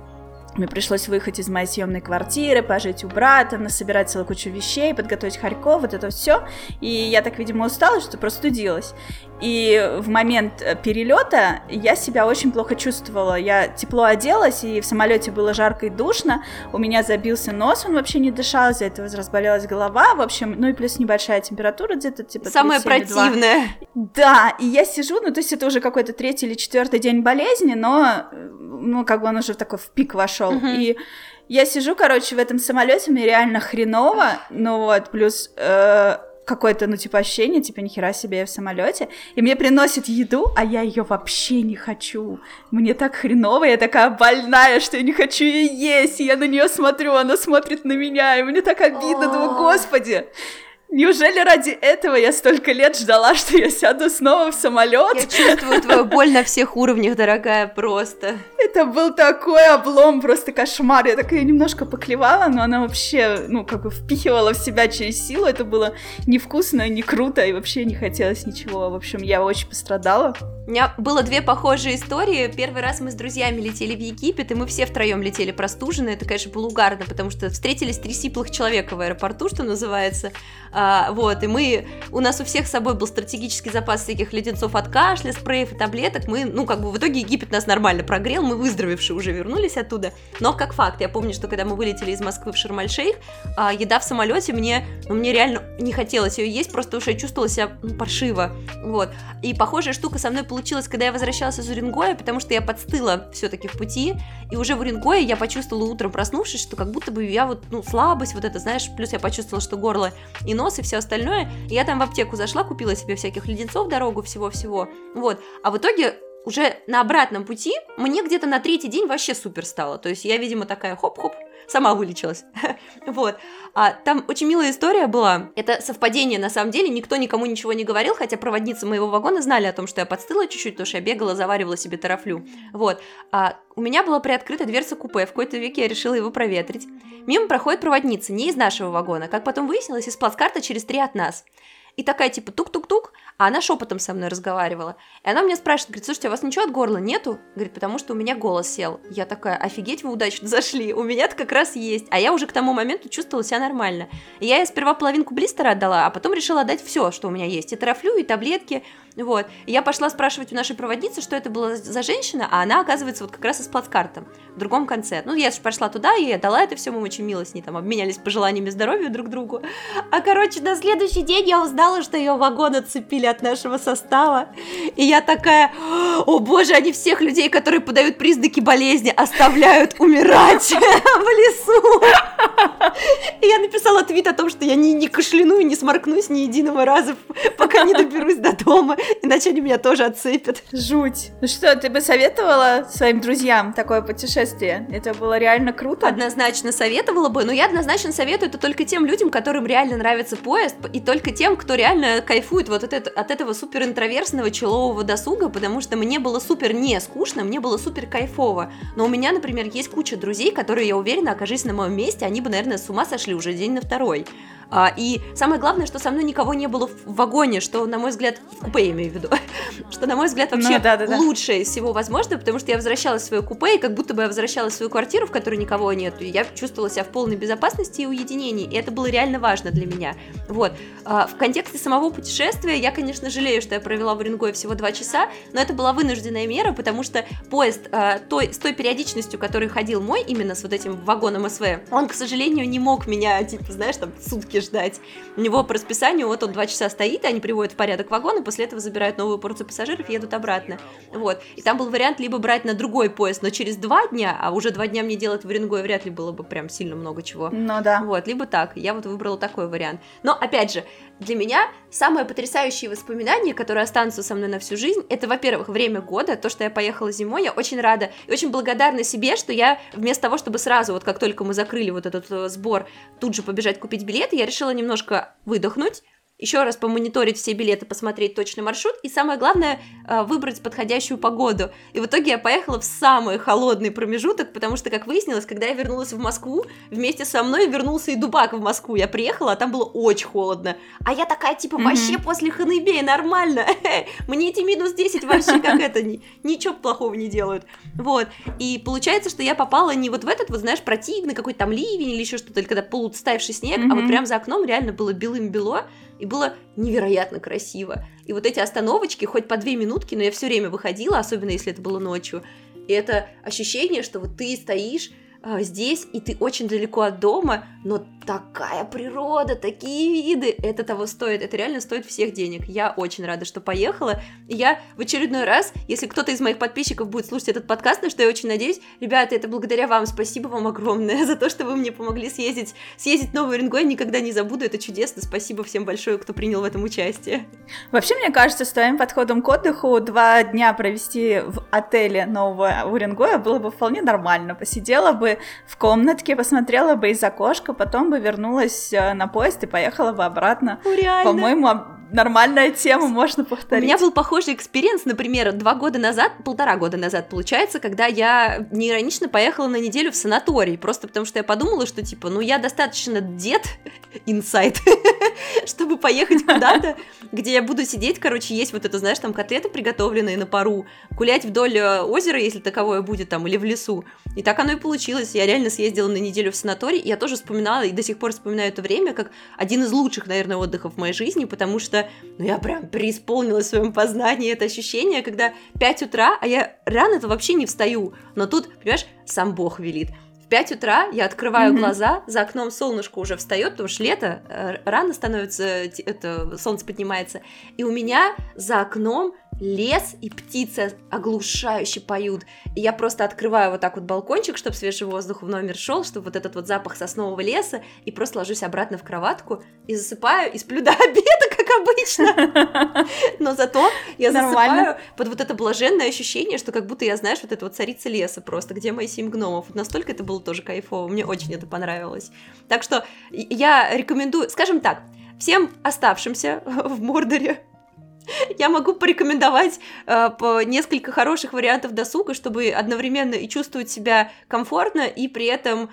мне пришлось выехать из моей съемной квартиры, пожить у брата, насобирать целую кучу вещей, подготовить хорьков, вот это все. И я так, видимо, устала, что простудилась. И в момент перелета я себя очень плохо чувствовала. Я тепло оделась, и в самолете было жарко и душно. У меня забился нос, он вообще не дышал, из-за этого разболелась голова. В общем, ну и плюс небольшая температура где-то типа 37,2. Самое противное. Да, и я сижу, ну то есть это уже какой-то 3-й или 4-й день болезни, но ну как бы он уже в такой в пик вошел. И я сижу, короче, в этом самолете, мне реально хреново, ну вот, плюс какое-то, ну, типа, ощущение, типа, нихера себе, я в самолете, и мне приносят еду, а я ее вообще не хочу. Мне так хреново, я такая больная, что я не хочу ее есть, и я на нее смотрю, она смотрит на меня, и мне так обидно, думаю, господи, неужели ради этого я столько лет ждала, что я сяду снова в самолет? Я чувствую твою боль на всех уровнях, дорогая, просто. Это был такой облом, просто кошмар. Я так ее немножко поклевала, но она вообще, ну, как бы впихивала в себя через силу. Это было невкусно, не круто, и вообще не хотелось ничего. В общем, я очень пострадала. У меня было 2 похожие истории. Первый раз мы с друзьями летели в Египет, и мы все втроем летели простуженные. Это, конечно, было угарно, потому что встретились 3 сиплых человека в аэропорту, что называется. Вот, и у нас у всех с собой был стратегический запас всяких леденцов от кашля, спреев и таблеток. Мы, ну, как бы в итоге Египет нас нормально прогрел, мы выздоровевшие уже вернулись оттуда. Но как факт, я помню, что когда мы вылетели из Москвы в Шарм-эль-Шейх, еда в самолете мне реально не хотелось ее есть, просто уж я чувствовала себя паршиво. Вот. И похожая штука со мной получилась, когда я возвращалась из Уренгоя, потому что я подстыла все-таки в пути, и уже в Уренгое я почувствовала утром, проснувшись, что как будто бы я вот, ну, слабость, вот это, знаешь, плюс я почувствовала, что горло и нос, и все остальное. И я там в аптеку зашла, купила себе всяких леденцов в дорогу, всего-всего. Вот. А в итоге уже на обратном пути мне где-то на 3-й день вообще супер стало. То есть я, видимо, такая хоп-хоп, сама вылечилась. Вот. А там очень милая история была. Это совпадение, на самом деле. Никто никому ничего не говорил, хотя проводницы моего вагона знали о том, что я подстыла чуть-чуть, потому что я бегала, заваривала себе тарафлю. Вот. У меня была приоткрыта дверца купе. В какой-то веке я решила его проветрить. Мимо проходит проводница, не из нашего вагона. Как потом выяснилось, из плацкарта через 3 от нас. и такая, типа, тук-тук-тук, а она шепотом со мной разговаривала. И она меня спрашивает, говорит, слушайте, а у вас ничего от горла нету? Говорит, потому что у меня голос сел. Я такая, офигеть, вы удачно зашли, у меня-то как раз есть. А я уже к тому моменту чувствовала себя нормально. И я ей сперва половинку блистера отдала, а потом решила отдать все, что у меня есть. И тарафлю, и таблетки, вот. И я пошла спрашивать у нашей проводницы, что это была за женщина, а она, оказывается, вот как раз с плацкартом в другом конце. Ну, я же пошла туда, и я дала это все, мы очень мило с ней там обменялись пожеланиями здоровья друг другу. А, короче, на следующий день я узнала, что ее вагон отцепили от нашего состава. И я такая, о боже, они всех людей, которые подают признаки болезни, оставляют умирать в лесу. И я написала твит о том, что я не кашляну и не сморкнусь ни единого раза, пока не доберусь до дома, иначе они меня тоже отцепят. Жуть. Ну что, ты бы советовала своим друзьям такое путешествие? Это было реально круто? Однозначно советовала бы, но я однозначно советую это только тем людям, которым реально нравится поезд, и только тем, кто реально кайфует вот от этого супер интроверсного челового досуга, потому что мне было супер не скучно, мне было супер кайфово. Но у меня, например, есть куча друзей, которые, я уверена, окажись на моем месте, они бы, наверное, с ума сошли уже день на второй. И самое главное, что со мной никого не было в вагоне, что, на мой взгляд, в купе я имею в виду, что, на мой взгляд, вообще лучшее из всего возможного, потому что я возвращалась в свое купе, и как будто бы я возвращалась в свою квартиру, в которой никого нет, и я чувствовала себя в полной безопасности и уединении, и это было реально важно для меня. Вот. В контексте самого путешествия я, конечно, жалею, что я провела в Уренгое всего 2 часа, но это была вынужденная мера, потому что поезд с той периодичностью, который ходил мой, именно с вот этим вагоном СВ, он, к сожалению, не мог меня, типа, знаешь, там, сутки ждать. У него по расписанию вот он 2 часа стоит, они приводят в порядок вагон, и после этого забирают новую порцию пассажиров и едут обратно. Вот. И там был вариант либо брать на другой поезд, но через 2 дня, а уже 2 дня мне делать в Уренгое вряд ли было бы прям сильно много чего. Ну да. Вот, либо так. Я вот выбрала такой вариант. Но, опять же, для меня самые потрясающие воспоминания, которые останутся со мной на всю жизнь, это, во-первых, время года, то, что я поехала зимой, я очень рада и очень благодарна себе, что я вместо того, чтобы сразу, вот как только мы закрыли вот этот сбор, тут же побежать купить билеты, я решила немножко выдохнуть, еще раз помониторить все билеты, посмотреть точный маршрут, и самое главное, выбрать подходящую погоду. И в итоге я поехала в самый холодный промежуток, потому что, как выяснилось, когда я вернулась в Москву, вместе со мной вернулся и Дубак в Москву. Я приехала, а там было очень холодно. А я такая, типа, вообще после Ханыбея нормально. Мне эти минус 10 вообще как это, ничего плохого не делают. Вот. И получается, что я попала не вот в этот, вот знаешь, противный какой-то там ливень или еще что-то, или когда полустаявший снег, а вот прям за окном реально было белым-бело, и было невероятно красиво. И вот эти остановочки, хоть по 2 минутки, но я все время выходила, особенно если это было ночью. И это ощущение, что вот ты стоишь здесь, и ты очень далеко от дома, но такая природа, такие виды, это того стоит, это реально стоит всех денег. Я очень рада, что поехала, и я в очередной раз, если кто-то из моих подписчиков будет слушать этот подкаст, на что я очень надеюсь, ребята, это благодаря вам, спасибо вам огромное за то, что вы мне помогли съездить в Новый Уренгой, никогда не забуду, это чудесно, спасибо всем большое, кто принял в этом участие. Вообще, мне кажется, с твоим подходом к отдыху 2 дня провести в отеле Нового Уренгоя было бы вполне нормально, посидела бы в комнатке, посмотрела бы из окошка, потом бы вернулась на поезд и поехала бы обратно. Реально? По-моему, нормальная тема, можно повторить. У меня был похожий экспириенс, например, 1,5 года назад, получается, когда я неиронично поехала на неделю в санаторий, просто потому что я подумала, что, типа, ну, я достаточно дед, инсайт, чтобы поехать куда-то, где я буду сидеть, короче, есть вот это, знаешь, там котлеты приготовленные на пару, гулять вдоль озера, если таковое будет там, или в лесу. И так оно и получилось. Я реально съездила на неделю в санаторий, и я тоже вспоминала, и до сих пор вспоминаю это время как один из лучших, наверное, отдыхов в моей жизни, потому что я прям преисполнилась в своем познании это ощущение, когда 5 утра, а я рано-то вообще не встаю, но тут, понимаешь, сам Бог велит. В 5 утра я открываю глаза, за окном солнышко уже встает, потому что лето, рано становится, солнце поднимается, и у меня за окном лес и птицы оглушающе поют. И я просто открываю вот так вот балкончик, чтобы свежий воздух в номер шел, чтобы вот этот вот запах соснового леса, и просто ложусь обратно в кроватку и засыпаю, и сплю до обеда, как обычно. Но зато я засыпаю под вот это блаженное ощущение, что как будто я, знаешь, вот эта вот царица леса просто, где мои 7 гномов. Вот настолько это было тоже кайфово, мне очень это понравилось. Так что я рекомендую, скажем так, всем оставшимся в Мордоре, Я могу порекомендовать по несколько хороших вариантов досуга, чтобы одновременно и чувствовать себя комфортно, и при этом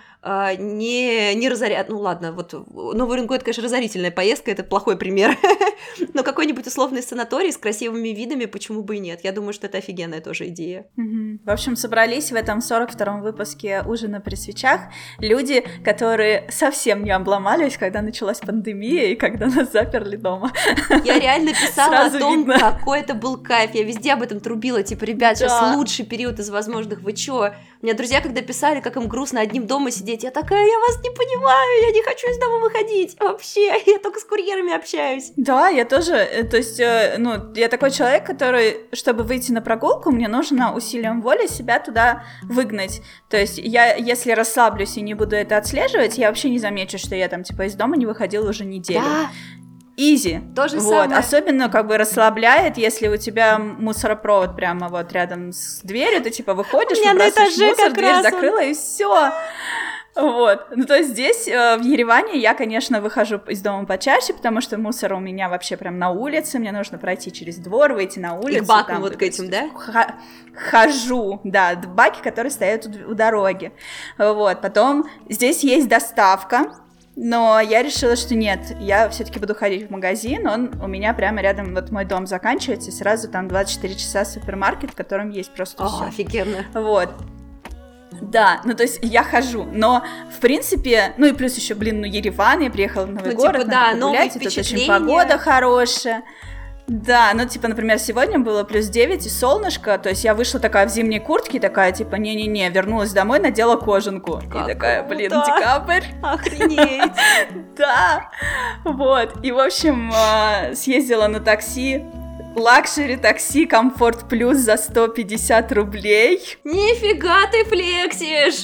не разорять. Ну ладно, вот Новый Уренгой — это, конечно, разорительная поездка, это плохой пример. Но какой-нибудь условный санаторий с красивыми видами, почему бы и нет? Я думаю, что это офигенная тоже идея. В общем, собрались в этом 42-м выпуске «Ужина при свечах» люди, которые совсем не обломались, когда началась пандемия и когда нас заперли дома. Я реально писала о том, какой это был кайф. Я везде об этом трубила, типа, ребят, сейчас лучший период из возможных, вы чё? У меня друзья, когда писали, как им грустно одним дома сидеть, я такая, я вас не понимаю, я не хочу из дома выходить вообще, я только с курьерами общаюсь. Да, я тоже, то есть, я такой человек, который, чтобы выйти на прогулку, мне нужно усилием воли себя туда выгнать. То есть я, если расслаблюсь и не буду это отслеживать, я вообще не замечу, что я там, типа, из дома не выходила уже неделю. Да. Изи. То же вот. самое. Особенно как бы расслабляет, если у тебя мусоропровод прямо вот рядом с дверью, ты типа выходишь, выбрасываешь мусор, дверь закрыла, и все. Вот. Ну, то есть здесь, в Ереване, я, конечно, выхожу из дома почаще, потому что мусор у меня вообще прям на улице, мне нужно пройти через двор, выйти на улицу. И к бакам вот к этим, да? Хожу, да, баки, которые стоят у дороги. Вот. Потом здесь есть доставка, но я решила, что нет, я все-таки буду ходить в магазин, он у меня прямо рядом, вот мой дом заканчивается, и сразу там 24 часа супермаркет, в котором есть просто все. Офигенно. Вот. Да, ну то есть я хожу, но в принципе, ну и плюс еще, Ереван, я приехала в новый город, типа, да, надо погулять, и тут очень погода хорошая. Да, ну, типа, например, сегодня было плюс 9 и солнышко, то есть я вышла такая в зимней куртке, такая, типа, не-не-не, вернулась домой, надела кожанку. Как и такая, круто. Декабрь. Охренеть. Да, вот, и, в общем, съездила на такси, лакшери такси Комфорт Плюс за 150 рублей. Нифига ты флексишь!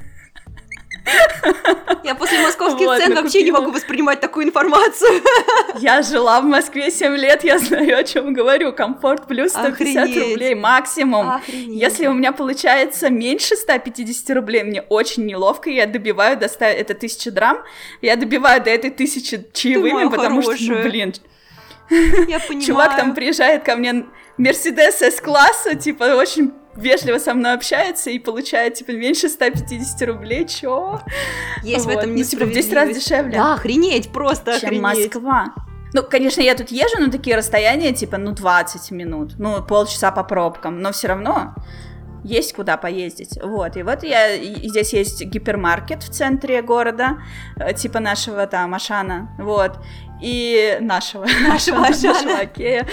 Я после московских цен вообще не могу воспринимать такую информацию. Я жила в Москве 7 лет, я знаю, о чем говорю. Комфорт Плюс 150 рублей максимум. Охренеть. Если у меня получается меньше 150 рублей, мне очень неловко, я добиваю до 100, это 1000 драм, я добиваю до этой 1000 чаевыми, потому что, я понимаю. Чувак там приезжает ко мне, Мерседес С-класса, типа, очень вежливо со мной общается и получает, типа, меньше 150 рублей, чё? Есть вот в этом несправедливость. Ну, типа, в 10 раз дешевле. Да, охренеть, просто чем охренеть. Москва. Ну, конечно, я тут езжу на такие расстояния, типа, 20 минут, полчаса по пробкам, но все равно есть куда поездить, вот, и вот здесь есть гипермаркет в центре города, типа нашего там Ашана, вот, и нашего Окея,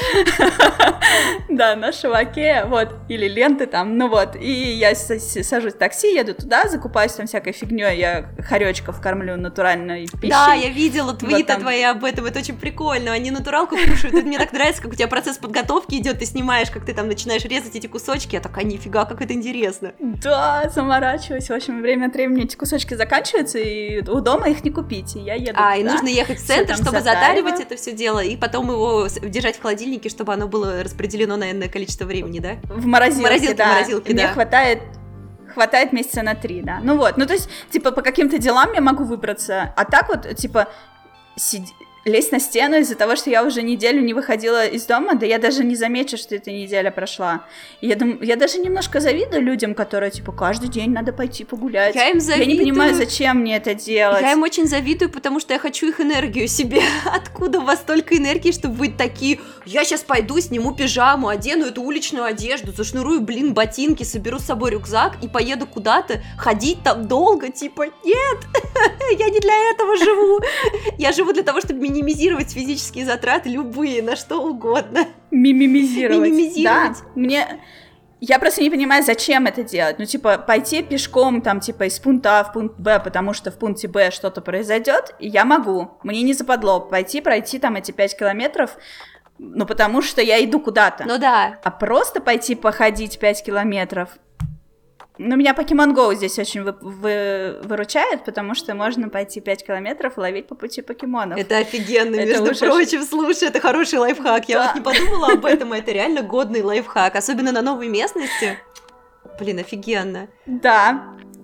да, нашего Окея, вот, или ленты там, ну вот, и я сажусь в такси, еду туда, закупаюсь там всякой фигней, я хоречков кормлю натуральной пищей. Да, я видела твиты вот твои об этом, это очень прикольно, они натуралку кушают, и мне так нравится, как у тебя процесс подготовки идет, ты снимаешь, как ты там начинаешь резать эти кусочки, я такая, нифига, как это интересно. Да, заморачиваюсь, в общем, время от времени эти кусочки заканчиваются, и у дома их не купить, и я еду туда. И нужно ехать в центр, чтобы затаривать это все дело, и потом его держать в холодильнике, чтобы оно было распределено на энное количество времени, да? В морозилке, да. Мне хватает месяца на 3, да. Ну вот, то есть, типа, по каким-то делам я могу выбраться, а так вот, типа, лезть на стену из-за того, что я уже неделю не выходила из дома, да я даже не замечу, что эта неделя прошла. И я даже немножко завидую людям, которые, типа, каждый день надо пойти погулять. Я им завидую. Я не понимаю, зачем мне это делать. Я им очень завидую, потому что я хочу их энергию себе. Откуда у вас столько энергии, чтобы быть такие, я сейчас пойду, сниму пижаму, одену эту уличную одежду, зашнурую, ботинки, соберу с собой рюкзак и поеду куда-то, ходить там долго, типа, нет, я не для этого живу. Я живу для того, чтобы минимизировать физические затраты любые, на что угодно. Мимимизировать. Да, я просто не понимаю, зачем это делать. Ну, типа, пойти пешком, там, типа, из пункта А в пункт Б, потому что в пункте Б что-то произойдет, и я могу. Мне не западло пройти там эти 5 километров, потому что я иду куда-то. Ну да. А просто пойти походить 5 километров... меня Pokemon Go здесь очень выручает, потому что можно пойти 5 километров и ловить по пути покемонов. Это офигенно, между прочим, слушай, это хороший лайфхак. Я вот не подумала об этом, это реально годный лайфхак, особенно на новой местности. Блин, офигенно. Да.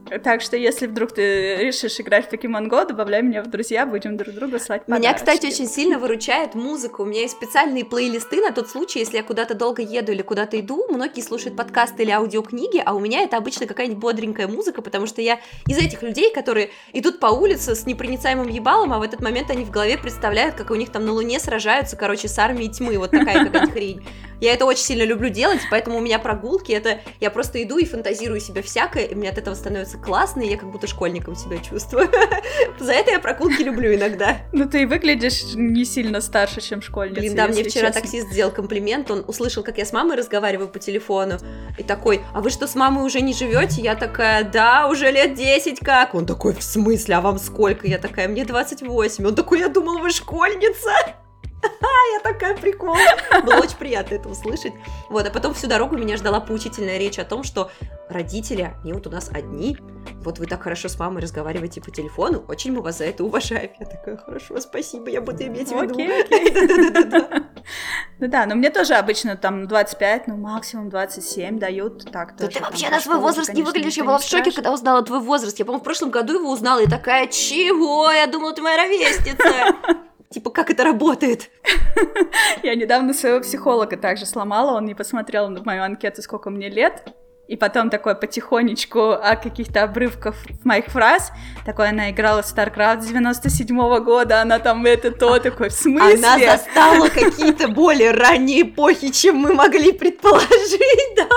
Так что, если вдруг ты решишь играть в Pokemon Go, добавляй меня в друзья, будем друг другу слать подарочки. Меня, кстати, очень сильно выручает музыка. У меня есть специальные плейлисты на тот случай, если я куда-то долго еду или куда-то иду. Многие слушают подкасты или аудиокниги, а у меня это обычно какая-нибудь бодренькая музыка, потому что я из этих людей, которые идут по улице с непроницаемым ебалом, а в этот момент они в голове представляют, как у них там на Луне сражаются, короче, с армией тьмы. Вот такая какая-то хрень. Я это очень сильно люблю делать, поэтому у меня прогулки, это я просто иду и фантазирую себе всякое, и мне от этого становится классно, и я как будто школьником себя чувствую. За это я прогулки люблю иногда. Ну ты и выглядишь не сильно старше, чем школьница. Блин, да, мне вчера таксист сделал комплимент, он услышал, как я с мамой разговариваю по телефону, и такой: а вы что, с мамой уже не живете? Я такая: да, уже лет 10 как. Он такой: в смысле, а вам сколько? Я такая: мне 28. Он такой: я думал, вы школьница. Я такая: прикол. Было очень приятно это услышать. Вот, а потом всю дорогу меня ждала поучительная речь о том, что родители, они вот у нас одни. Вот вы так хорошо с мамой разговариваете по телефону, очень мы вас за это уважаем. Я такая: хорошо, спасибо, я буду иметь в виду. Окей. Ну да, но мне тоже обычно там 25, ну максимум 27 дают. Так, да ты вообще на свой возраст не выглядишь. Я была в шоке, когда узнала твой возраст. Я, по-моему, в прошлом году его узнала и такая: чего? Я думала, ты моя ровесница. Типа, как это работает? Я недавно своего психолога также сломала, он не посмотрел на мою анкету, сколько мне лет, и потом такой потихонечку о каких-то обрывках моих фраз, такой: она играла в StarCraft 97-го года, она там это то, такой: в смысле? Она застала какие-то более ранние эпохи, чем мы могли предположить, да.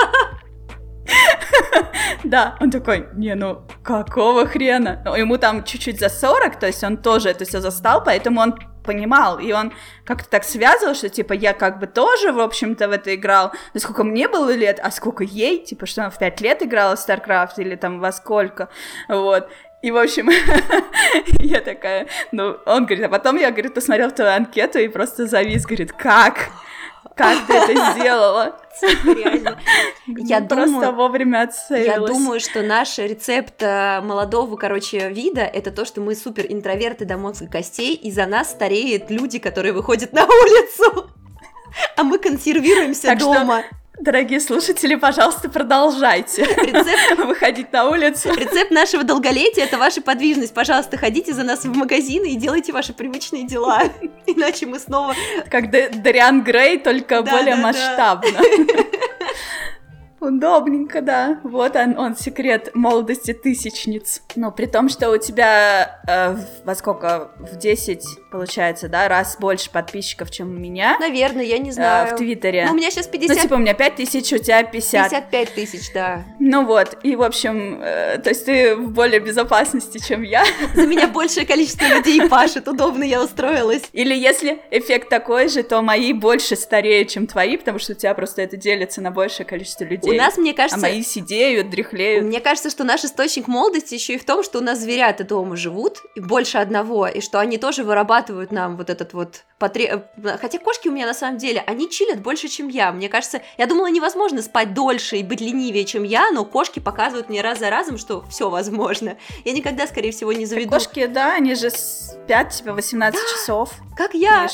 Да, он такой: не, ну какого хрена? Ну, ему там чуть-чуть за 40, то есть он тоже это все застал, поэтому он понимал, и он как-то так связывал, что, типа, я как бы тоже, в общем-то, в это играл, но сколько мне было лет, а сколько ей, типа, что она в 5 лет играла в StarCraft, или там во сколько, вот. И, в общем, я такая, ну, он говорит, а потом я, говорит, посмотрел твою анкету и просто завис, говорит: как? Как ты это сделала? Реально. Я просто вовремя отсеялась. Я думаю, что наш рецепт молодого, короче, вида — это то, что мы супер интроверты до мозга костей, и за нас стареют люди, которые выходят на улицу, а мы консервируемся дома. Дорогие слушатели, пожалуйста, продолжайте выходить на улицу. Рецепт нашего долголетия — это ваша подвижность. Пожалуйста, ходите за нас в магазины и делайте ваши привычные дела. Иначе мы снова... Как Дориан Грей, только более масштабно. Удобненько, да. Вот он секрет молодости тысячниц. Но при том, что у тебя во сколько? В 10, получается, да, раз больше подписчиков, чем у меня. Наверное, я не знаю. В Твиттере. Ну, у меня сейчас 50... Ну, типа, у меня 5000, у тебя 50. 55 тысяч, да. Ну вот, и, в общем, то есть ты в более безопасности, чем я. За меня большее количество людей пашет, удобно я устроилась. Или если эффект такой же, то мои больше стареют, чем твои, потому что у тебя просто это делится на большее количество людей. У нас, мне кажется... А мои сидеют, дряхлеют. Мне кажется, что наш источник молодости еще и в том, что у нас зверята дома живут, и больше одного, и что они тоже вырабатывают нам вот этот вот... Хотя кошки у меня на самом деле, они чилят больше, чем я. Мне кажется, я думала, невозможно спать дольше и быть ленивее, чем я, но кошки показывают мне раз за разом, что все возможно. Я никогда, скорее всего, не заведу... Кошки, да, они же спят, типа, 18 часов. Как я!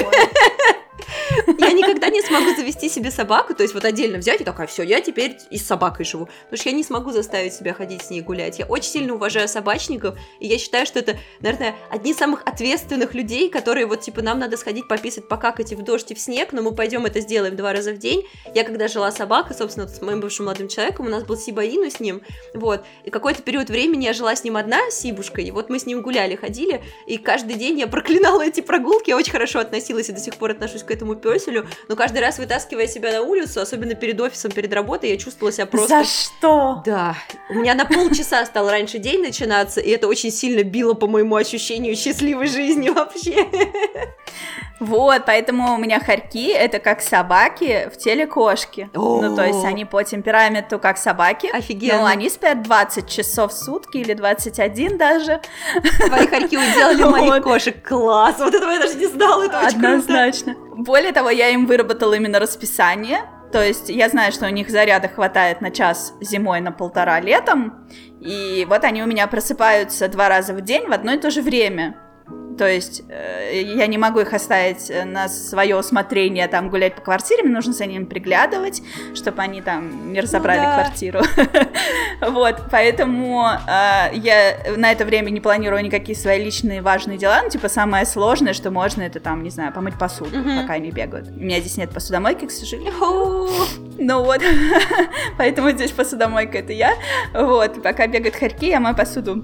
Я никогда не смогу завести себе собаку, то есть вот отдельно взять и такая: все, я теперь и с собакой живу, потому что я не смогу заставить себя ходить с ней гулять. Я очень сильно уважаю собачников, и я считаю, что это, наверное, одни из самых ответственных людей, которые вот, типа, нам надо сходить пописать, покакать и в дождь, и в снег, но мы пойдем это сделаем 2 раза в день. Я когда жила с собакой, собственно, с моим бывшим молодым человеком, у нас был Сиба Ину с ним, вот, и какой-то период времени я жила с ним одна, с Сибушкой, и вот мы с ним гуляли, ходили, и каждый день я проклинала эти прогулки, я очень хорошо относилась и до сих пор отношусь к этому пёселю, но каждый раз, вытаскивая себя на улицу, особенно перед офисом, перед работой, я чувствовала себя просто... За что? Да. У меня на полчаса стал раньше день начинаться, и это очень сильно било по моему ощущению счастливой жизни вообще. Вот, поэтому у меня хорьки — это как собаки в теле кошки. Ну, то есть они по темпераменту как собаки. Офигенно. Но они спят 20 часов в сутки или 21 даже. Твои хорьки уделали моих кошек. Класс! Вот этого я даже не знала, это очень круто. Однозначно. Более того, я им выработала именно расписание. То есть я знаю, что у них заряда хватает на час зимой, на 1,5 летом. И вот они у меня просыпаются 2 раза в день в одно и то же время. То есть я не могу их оставить на свое усмотрение там гулять по квартире, мне нужно за ними приглядывать, чтобы они там не разобрали квартиру. Вот, поэтому я на это время не планирую никакие свои личные важные дела, ну, типа, самое сложное, что можно, это там, не знаю, помыть посуду, пока они бегают. У меня здесь нет посудомойки, к сожалению. Ну вот, поэтому здесь посудомойка — это я. Вот, пока бегают хорьки, я мою посуду.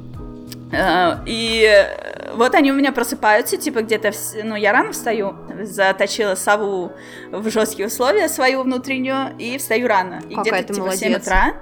И вот они у меня просыпаются, типа где-то, ну, я рано встаю, заточила сову в жесткие условия свою внутреннюю, и встаю рано. И какая где-то типа в 7 утра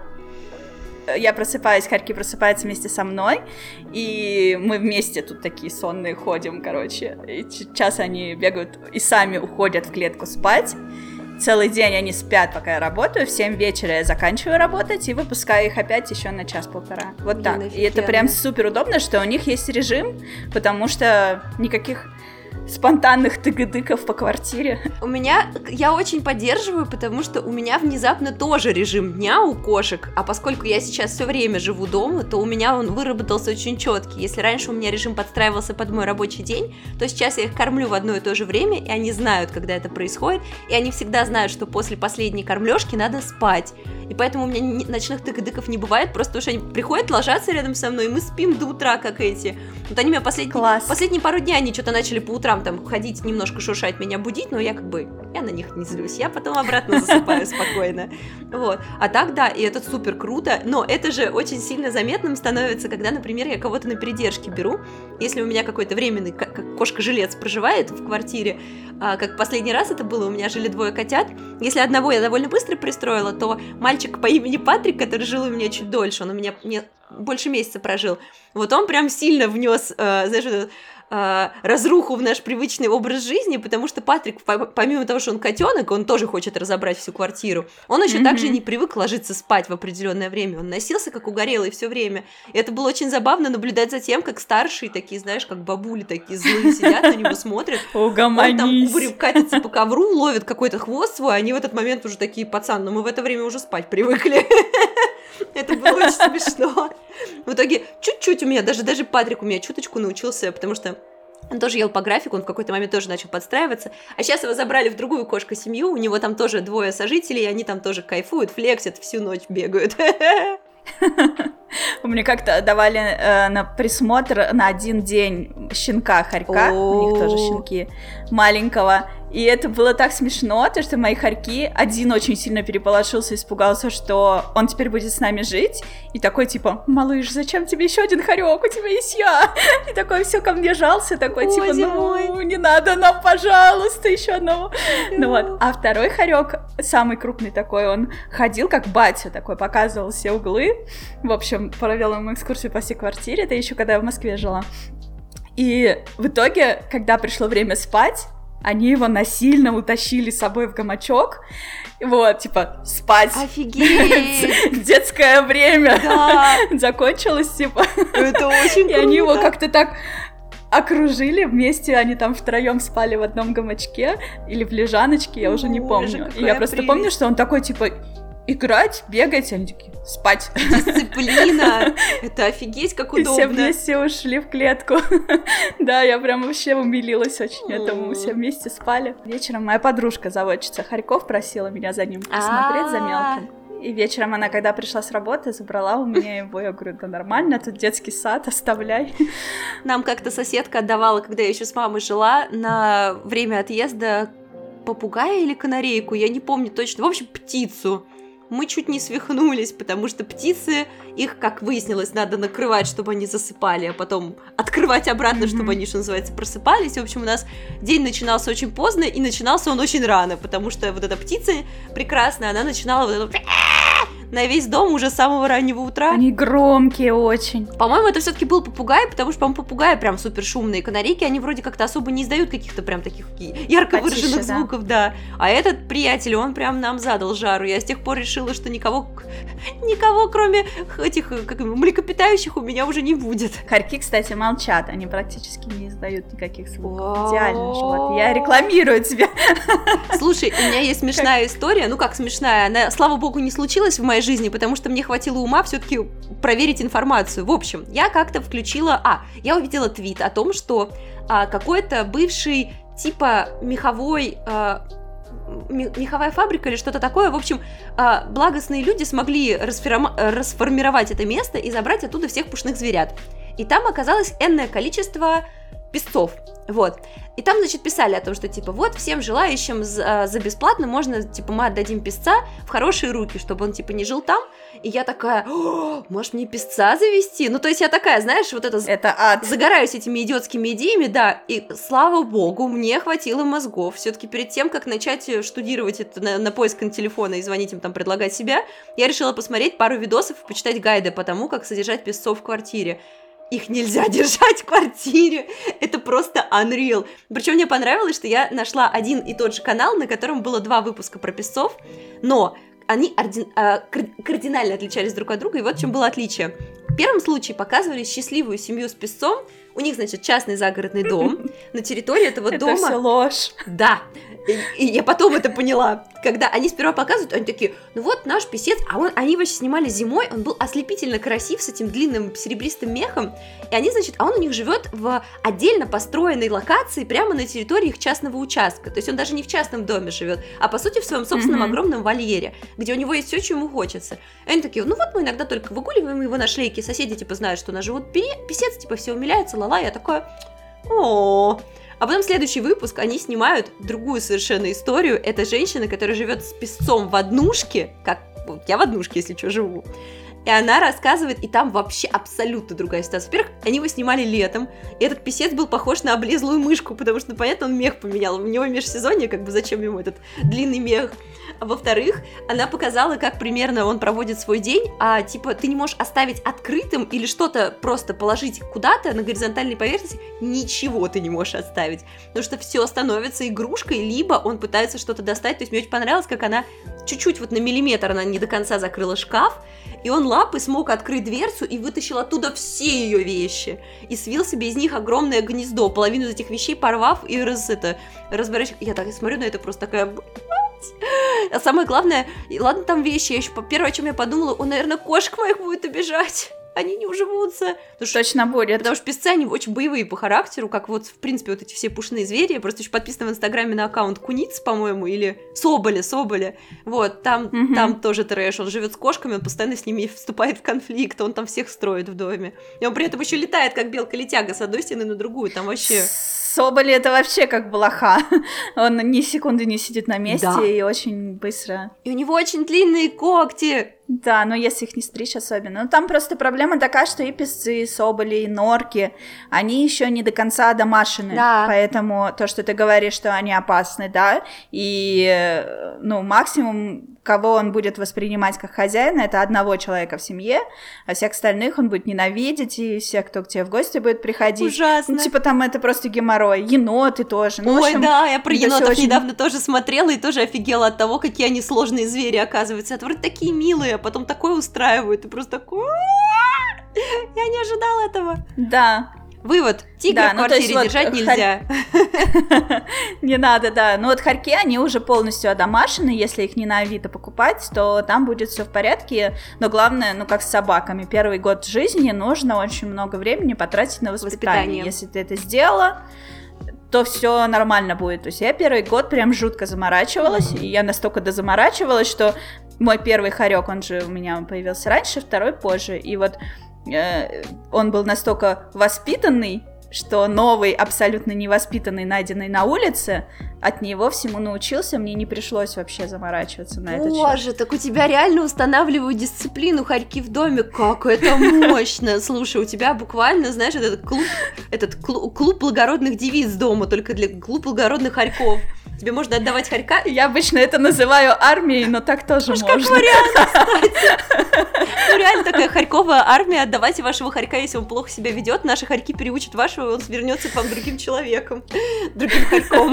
я просыпаюсь, хорьки просыпаются вместе со мной, и мы вместе тут такие сонные ходим, короче. И час они бегают и сами уходят в клетку спать. Целый день они спят, пока я работаю, в 7 вечера я заканчиваю работать и выпускаю их опять еще на час-полтора. Вот так. И это прям супер удобно, что у них есть режим, потому что никаких спонтанных тык-дыков по квартире. Я очень поддерживаю, потому что у меня внезапно тоже режим дня у кошек, а поскольку я сейчас все время живу дома, то у меня он выработался очень четкий. Если раньше у меня режим подстраивался под мой рабочий день, то сейчас я их кормлю в одно и то же время, и они знают, когда это происходит, и они всегда знают, что после последней кормлежки надо спать. И поэтому у меня ночных тык-дыков не бывает, просто потому что они приходят, ложатся рядом со мной, и мы спим до утра, как эти. Вот они меня последние пару дней, они что-то начали по утрам там ходить, немножко шуршать, меня будить, но я на них не злюсь, я потом обратно засыпаю спокойно. Вот. А так, да, и это супер круто, но это же очень сильно заметным становится, когда, например, я кого-то на передержке беру, если у меня какой-то временный, как кошка-жилец проживает в квартире, как последний раз это было, у меня жили 2 котят, если одного я довольно быстро пристроила, то мальчик по имени Патрик, который жил у меня чуть дольше, он у меня больше месяца прожил, вот он прям сильно внес, знаешь, разруху в наш привычный образ жизни, потому что Патрик, помимо того, что он котенок, он тоже хочет разобрать всю квартиру. Он еще также не привык ложиться спать в определенное время. Он носился как угорелый все время. И это было очень забавно наблюдать за тем, как старшие такие, знаешь, как бабули такие злые сидят, на него смотрят. Угомонись. Он там кубарем катится по ковру, ловит какой-то хвост свой, а они в этот момент уже такие: пацан, но мы в это время уже спать привыкли. Это было очень смешно. В итоге чуть-чуть у меня, даже Патрик у меня чуточку научился, потому что он тоже ел по графику, он в какой-то момент тоже начал подстраиваться. А сейчас его забрали в другую кошку-семью, у него там тоже 2 сожителей, и они там тоже кайфуют, флексят, всю ночь бегают. Мне как-то давали на присмотр на 1 день щенка хорька, у них тоже щенки, маленького. И это было так смешно, то что мои хорьки, один очень сильно переполошился, испугался, что он теперь будет с нами жить, и такой типа: малыш, зачем тебе еще 1 хорек, у тебя есть я. И такой все ко мне жался, такой типа: ну не надо нам, пожалуйста, еще одного. Ну вот, а второй хорек, самый крупный такой, он ходил как батя такой, показывал все углы. В общем, провел ему экскурсию по всей квартире, это еще когда я в Москве жила. И в итоге, когда пришло время спать, они его насильно утащили с собой в гамачок. Вот, типа, спать. Офигеть! Детское время. Да. Закончилось, типа. Это очень круто. И они его как-то так окружили вместе, они там втроем спали в одном гамачке или в лежаночке, я уже не помню. И я просто помню, что он такой, типа: играть, бегать, они такие: спать. Дисциплина. Это офигеть, как удобно. И все вместе ушли в клетку. Да, я прям вообще умилилась очень этому. Все вместе спали. Вечером моя подружка, заводчица хорьков, просила меня за ним посмотреть, за мелким. И вечером она, когда пришла с работы, забрала у меня его. Я говорю: да нормально, тут детский сад, оставляй. Нам как-то соседка отдавала, когда я еще с мамой жила, на время отъезда попугая или канарейку, я не помню точно, в общем, птицу. Мы чуть не свихнулись, потому что птицы, их, как выяснилось, надо накрывать, чтобы они засыпали, а потом открывать обратно, чтобы они, что называется, просыпались. В общем, у нас день начинался очень поздно, и начинался он очень рано, потому что вот эта птица прекрасная, она начинала вот это на весь дом уже с самого раннего утра. Они громкие очень. По-моему, это все-таки был попугай, потому что, по-моему, попугаи прям супер шумные. Канарейки, они вроде как-то особо не издают каких-то прям таких ярко выраженных звуков, да. А этот приятель, он прям нам задал жару. Я с тех пор решила, что никого кроме этих млекопитающих у меня уже не будет. Хорьки, кстати, молчат, они практически не издают никаких звуков. Идеальный живот. Я рекламирую тебя. Слушай, у меня есть смешная история, ну как смешная, она, слава богу, не случилась в моей моей жизни, потому что мне хватило ума все-таки проверить информацию. В общем, я как-то включила... я увидела твит о том, что какой-то бывший типа меховая фабрика или что-то такое. В общем, благостные люди смогли расформировать это место и забрать оттуда всех пушных зверят. И там оказалось энное количество песцов. Вот. И там, значит, писали о том, что, типа, вот, всем желающим за бесплатно можно, типа, мы отдадим песца в хорошие руки, чтобы он, типа, не жил там. И я такая, может, мне песца завести? Ну, то есть я такая, знаешь, вот это ад. Загораюсь этими идиотскими идеями, да, и, слава богу, мне хватило мозгов. Все-таки перед тем, как начать штудировать это на поиск на телефона и звонить им там, предлагать себя, я решила посмотреть пару видосов и почитать гайды по тому, как содержать песцов в квартире. Их нельзя держать в квартире, это просто unreal. Причем мне понравилось, что я нашла один и тот же канал, на котором было 2 выпуска про песцов, но они кардинально отличались друг от друга, и вот в чем было отличие. В первом случае показывали счастливую семью с песцом, у них, значит, частный загородный дом, на территории этого дома... Это все ложь. Да, и я потом это поняла, когда они сперва показывают, они такие, ну вот наш песец, они вообще снимали зимой, он был ослепительно красив с этим длинным серебристым мехом, и они, значит, он у них живет в отдельно построенной локации прямо на территории их частного участка, то есть он даже не в частном доме живет, а по сути в своем собственном огромном вольере, где у него есть все, что ему хочется. И они такие, ну вот мы иногда только выгуливаем его на шлейке, соседи типа знают, что у нас живут песец, типа все умиляются, ла-ла, я такая, о. А потом следующий выпуск, они снимают другую совершенно историю. Это женщина, которая живет с песцом в однушке, как вот я в однушке, если что, живу. И она рассказывает, и там вообще абсолютно другая ситуация. Во-первых, они его снимали летом, и этот песец был похож на облезлую мышку, потому что, понятно, он мех поменял. У него межсезонье, как бы зачем ему этот длинный мех? А во-вторых, она показала, как примерно он проводит свой день, типа ты не можешь оставить открытым или что-то просто положить куда-то на горизонтальной поверхности, ничего ты не можешь оставить, потому что все становится игрушкой, либо он пытается что-то достать. То есть мне очень понравилось, как она чуть-чуть вот на миллиметр, она не до конца закрыла шкаф, и он лапой смог открыть дверцу и вытащил оттуда все ее вещи, и свил себе из них огромное гнездо, половину из этих вещей порвав и разбирать. Я так смотрю на это, просто такая... А самое главное, ладно там вещи, я еще первое, о чем я подумала, он, наверное, кошек моих будет обижать. Они не уживутся. Точно будет. Потому что песцы, они очень боевые по характеру, как вот, в принципе, вот эти все пушные звери. Я просто еще подписана в Инстаграме на аккаунт Куниц, по-моему, или Соболя. Вот, там тоже трэш. Он живет с кошками, он постоянно с ними вступает в конфликт, он там всех строит в доме. И он при этом еще летает, как белка-летяга, с одной стены на другую. Там вообще... Соболи это вообще как блоха. Он ни секунды не сидит на месте, да. И очень быстро. И у него очень длинные когти. Да, но если их не стричь особенно. Но там просто проблема такая, что и песцы, и соболи, и норки, они еще не до конца домашены. Да. Поэтому то, что ты говоришь, что они опасны, да, и, максимум, кого он будет воспринимать как хозяина, это одного человека в семье, а всех остальных он будет ненавидеть, и всех, кто к тебе в гости будет приходить. Ужасно. Там это просто геморрой. Еноты тоже. Ой, в общем, да, я про енотов недавно тоже смотрела и тоже офигела от того, какие они сложные звери, оказывается. Это вроде такие милые, а потом такое устраивают, и просто такой... Я не ожидала этого. Да. Вывод. Тигра в квартире держать нельзя. Не надо, да. Но вот хорьки, они уже полностью одомашены. Если их не на Авито покупать, то там будет все в порядке. Но главное, как с собаками. Первый год жизни нужно очень много времени потратить на воспитание. Если ты это сделала, то все нормально будет. То есть я первый год прям жутко заморачивалась. И я настолько дозаморачивалась, что мой первый хорек, он же у меня появился раньше, второй позже. И вот он был настолько воспитанный, что новый, абсолютно невоспитанный, найденный на улице, от него всему научился, мне не пришлось вообще заморачиваться на этот счет. Боже, так у тебя реально устанавливают дисциплину хорьки в доме, как это мощно! Слушай, у тебя буквально, знаешь, этот клуб благородных девиц дома, только для клуб благородных хорьков. Тебе можно отдавать хорька. Я обычно это называю армией, но так тоже можно. Как вариант, кстати. Реально такая хорьковая армия. Отдавайте вашего хорька, если он плохо себя ведет. Наши хорьки приучат вашего, он вернется к вам другим человеком. Другим хорьком.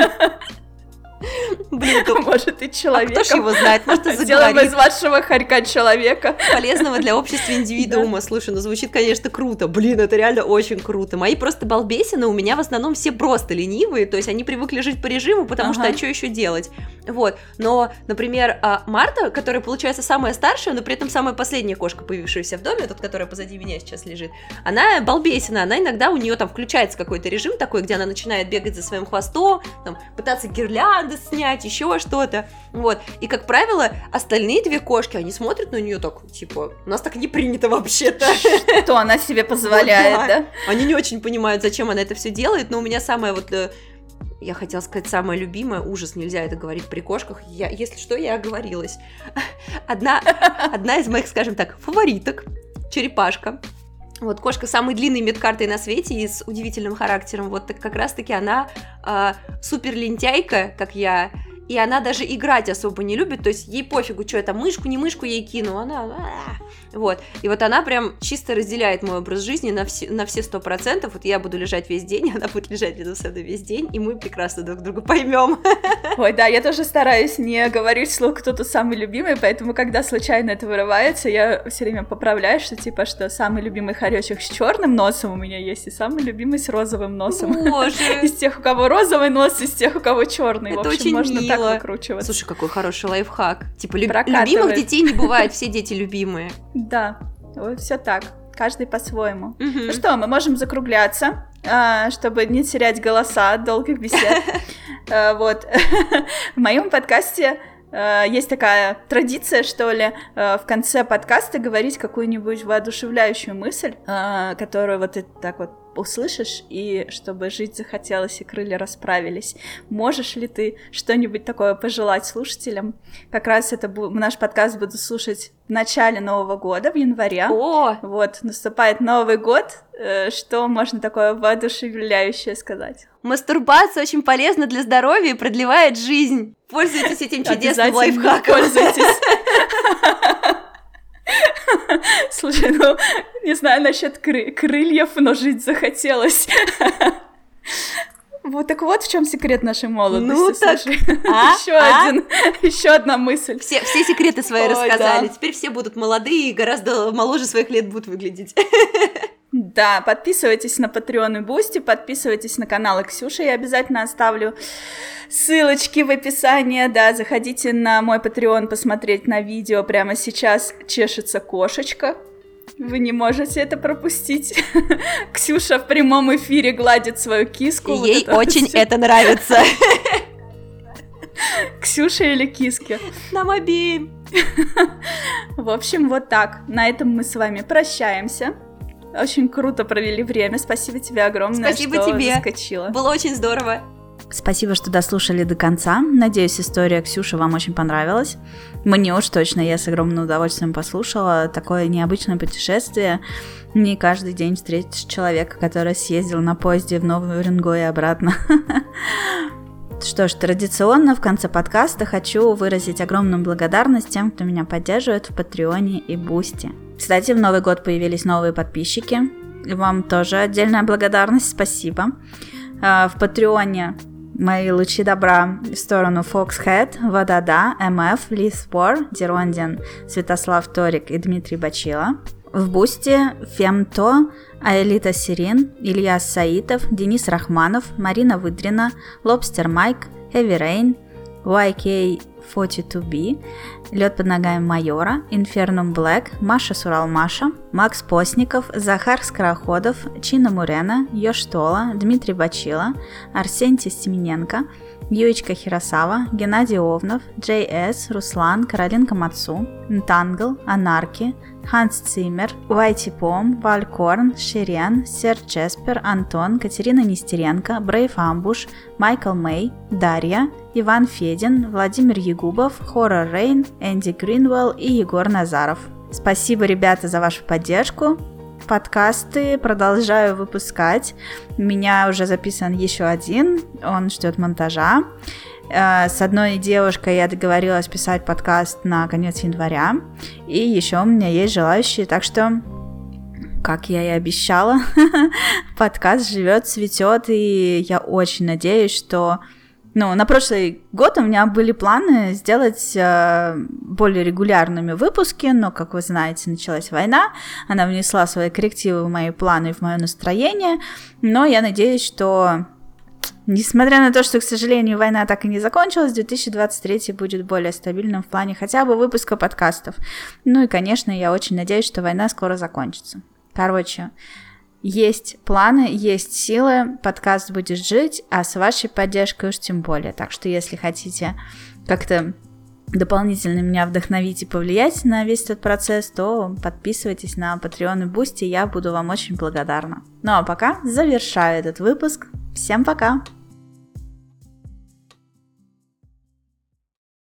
Блин, может и человеком. А кто ж его знает, может и заговорит. Сделаем из вашего хорька человека. Полезного для общества индивидуума. Да. Слушай, звучит, конечно, круто. Блин, это реально очень круто. Мои просто балбесины у меня в основном все просто ленивые, то есть они привыкли жить по режиму, потому что, а что еще делать? Вот, но, например, Марта, которая, получается, самая старшая, но при этом самая последняя кошка, появившаяся в доме, тот, которая позади меня сейчас лежит, она балбесина, она иногда, у нее там включается какой-то режим такой, где она начинает бегать за своим хвостом, там, пытаться гирлянды снять, еще что-то, вот, и, как правило, остальные две кошки, они смотрят на нее так, типа, у нас так не принято вообще-то. Что она себе позволяет, Вот, да? Они не очень понимают, зачем она это все делает, но у меня самая вот... Я хотела сказать, самое любимое, ужас, нельзя это говорить при кошках, если что, я оговорилась. Одна из моих, скажем так, фавориток, черепашка. Вот кошка с самой длинной медкартой на свете и с удивительным характером, вот так как раз-таки она супер лентяйка, как я, и она даже играть особо не любит, то есть ей пофигу, что я там мышку, не мышку ей кину, она... Вот, и вот она прям чисто разделяет мой образ жизни на все 100%, вот я буду лежать весь день, она будет лежать рядом со мной весь день, и мы прекрасно друг друга поймем. Ой, да, я тоже стараюсь не говорить вслух, кто тут самый любимый, поэтому, когда случайно это вырывается, я все время поправляю, что типа, что самый любимый хоречек с черным носом у меня есть, и самый любимый с розовым носом. Боже! Из тех, у кого розовый нос, из тех, у кого черный. Это в общем, очень можно мило. так выкручиваться. Слушай, какой хороший лайфхак. Типа, Прокатывает. любимых детей не бывает, все дети любимые. Да, вот все так. Каждый по-своему. Мгм. Ну что, мы можем закругляться, чтобы не терять голоса от долгих бесед. Вот. В моем подкасте есть такая традиция, что ли, в конце подкаста говорить какую-нибудь воодушевляющую мысль, которую вот ты так вот услышишь, и чтобы жить захотелось и крылья расправились. Можешь ли ты что-нибудь такое пожелать слушателям? Как раз это наш подкаст буду слушать в начале Нового года, в январе. О! Вот, наступает Новый год. Что можно такое воодушевляющее сказать? Мастурбация очень полезна для здоровья и продлевает жизнь. Пользуйтесь этим чудесным Обязательно лайфхаком. пользуйтесь. Слушай, ну, не знаю насчет крыльев, но жить захотелось. Вот так вот в чем секрет нашей молодости. Ну так, Еще одна мысль. Все секреты свои Ой, рассказали. да. Теперь все будут молодые и гораздо моложе своих лет будут выглядеть. Да, подписывайтесь на Patreon и Boosty, подписывайтесь на каналы Ксюши, я обязательно оставлю ссылочки в описании, да, заходите на мой Patreon посмотреть на видео, прямо сейчас чешется кошечка, вы не можете это пропустить. Ксюша в прямом эфире гладит свою киску. Ей очень это нравится. Ксюша или киски? Нам обеим. В общем, вот так, на этом мы с вами прощаемся. Очень круто провели время. Спасибо тебе огромное, Спасибо что тебе. заскочила. Было очень здорово. Спасибо, что дослушали до конца. Надеюсь, история Ксюши вам очень понравилась. Мне уж точно, я с огромным удовольствием послушала. Такое необычное путешествие. Не каждый день встретишь человека, который съездил на поезде в Новый Уренгой и обратно. Что ж, традиционно в конце подкаста хочу выразить огромную благодарность тем, кто меня поддерживает в Патреоне и Бусти. Кстати, в Новый год появились новые подписчики. И вам тоже отдельная благодарность, спасибо. В Патреоне мои лучи добра в сторону Foxhead, Водода, МФ, Лиспор, Дерондин, Святослав Торик и Дмитрий Бачила. В Бусти Фемто, Аэлита Сирин, Ильяс Саитов, Денис Рахманов, Марина Выдрина, Лобстер Майк, Heavy Rain, YK42B, Лед под ногами майора, Инфернум Блэк, Маша Суралмаша, Макс Постников, Захар Скороходов, Чина Мурена, Йоштола, Дмитрий Бачила, Арсентий Стемененко, Юечка Хиросава, Геннадий Овнов, Джей С, Руслан, Каролинка Мацу, Нтангл, Анарки, Ханс Циммер, Вайти Пом, Валькорн, Ширен, Сер Чеспер, Антон, Катерина Нестеренко, Брейв Амбуш, Майкл Мэй, Дарья, Иван Федин, Владимир Ягубов, Хоррор Рейн, Энди Гринвелл и Егор Назаров. Спасибо, ребята, за вашу поддержку. Подкасты продолжаю выпускать. У меня уже записан еще один, он ждет монтажа. С одной девушкой я договорилась писать подкаст на конец января. И еще у меня есть желающие, так что, как я и обещала, подкаст живет, цветет, и я очень надеюсь, что... на прошлый год у меня были планы сделать более регулярными выпуски, но, как вы знаете, началась война, она внесла свои коррективы в мои планы и в мое настроение, но я надеюсь, что несмотря на то, что, к сожалению, война так и не закончилась, 2023 будет более стабильным в плане хотя бы выпуска подкастов. Ну и, конечно, я очень надеюсь, что война скоро закончится. Короче, есть планы, есть силы, подкаст будет жить, а с вашей поддержкой уж тем более. Так что, если хотите как-то дополнительно меня вдохновить и повлиять на весь этот процесс, то подписывайтесь на Patreon и Boosty, я буду вам очень благодарна. Ну а пока завершаю этот выпуск. Всем пока!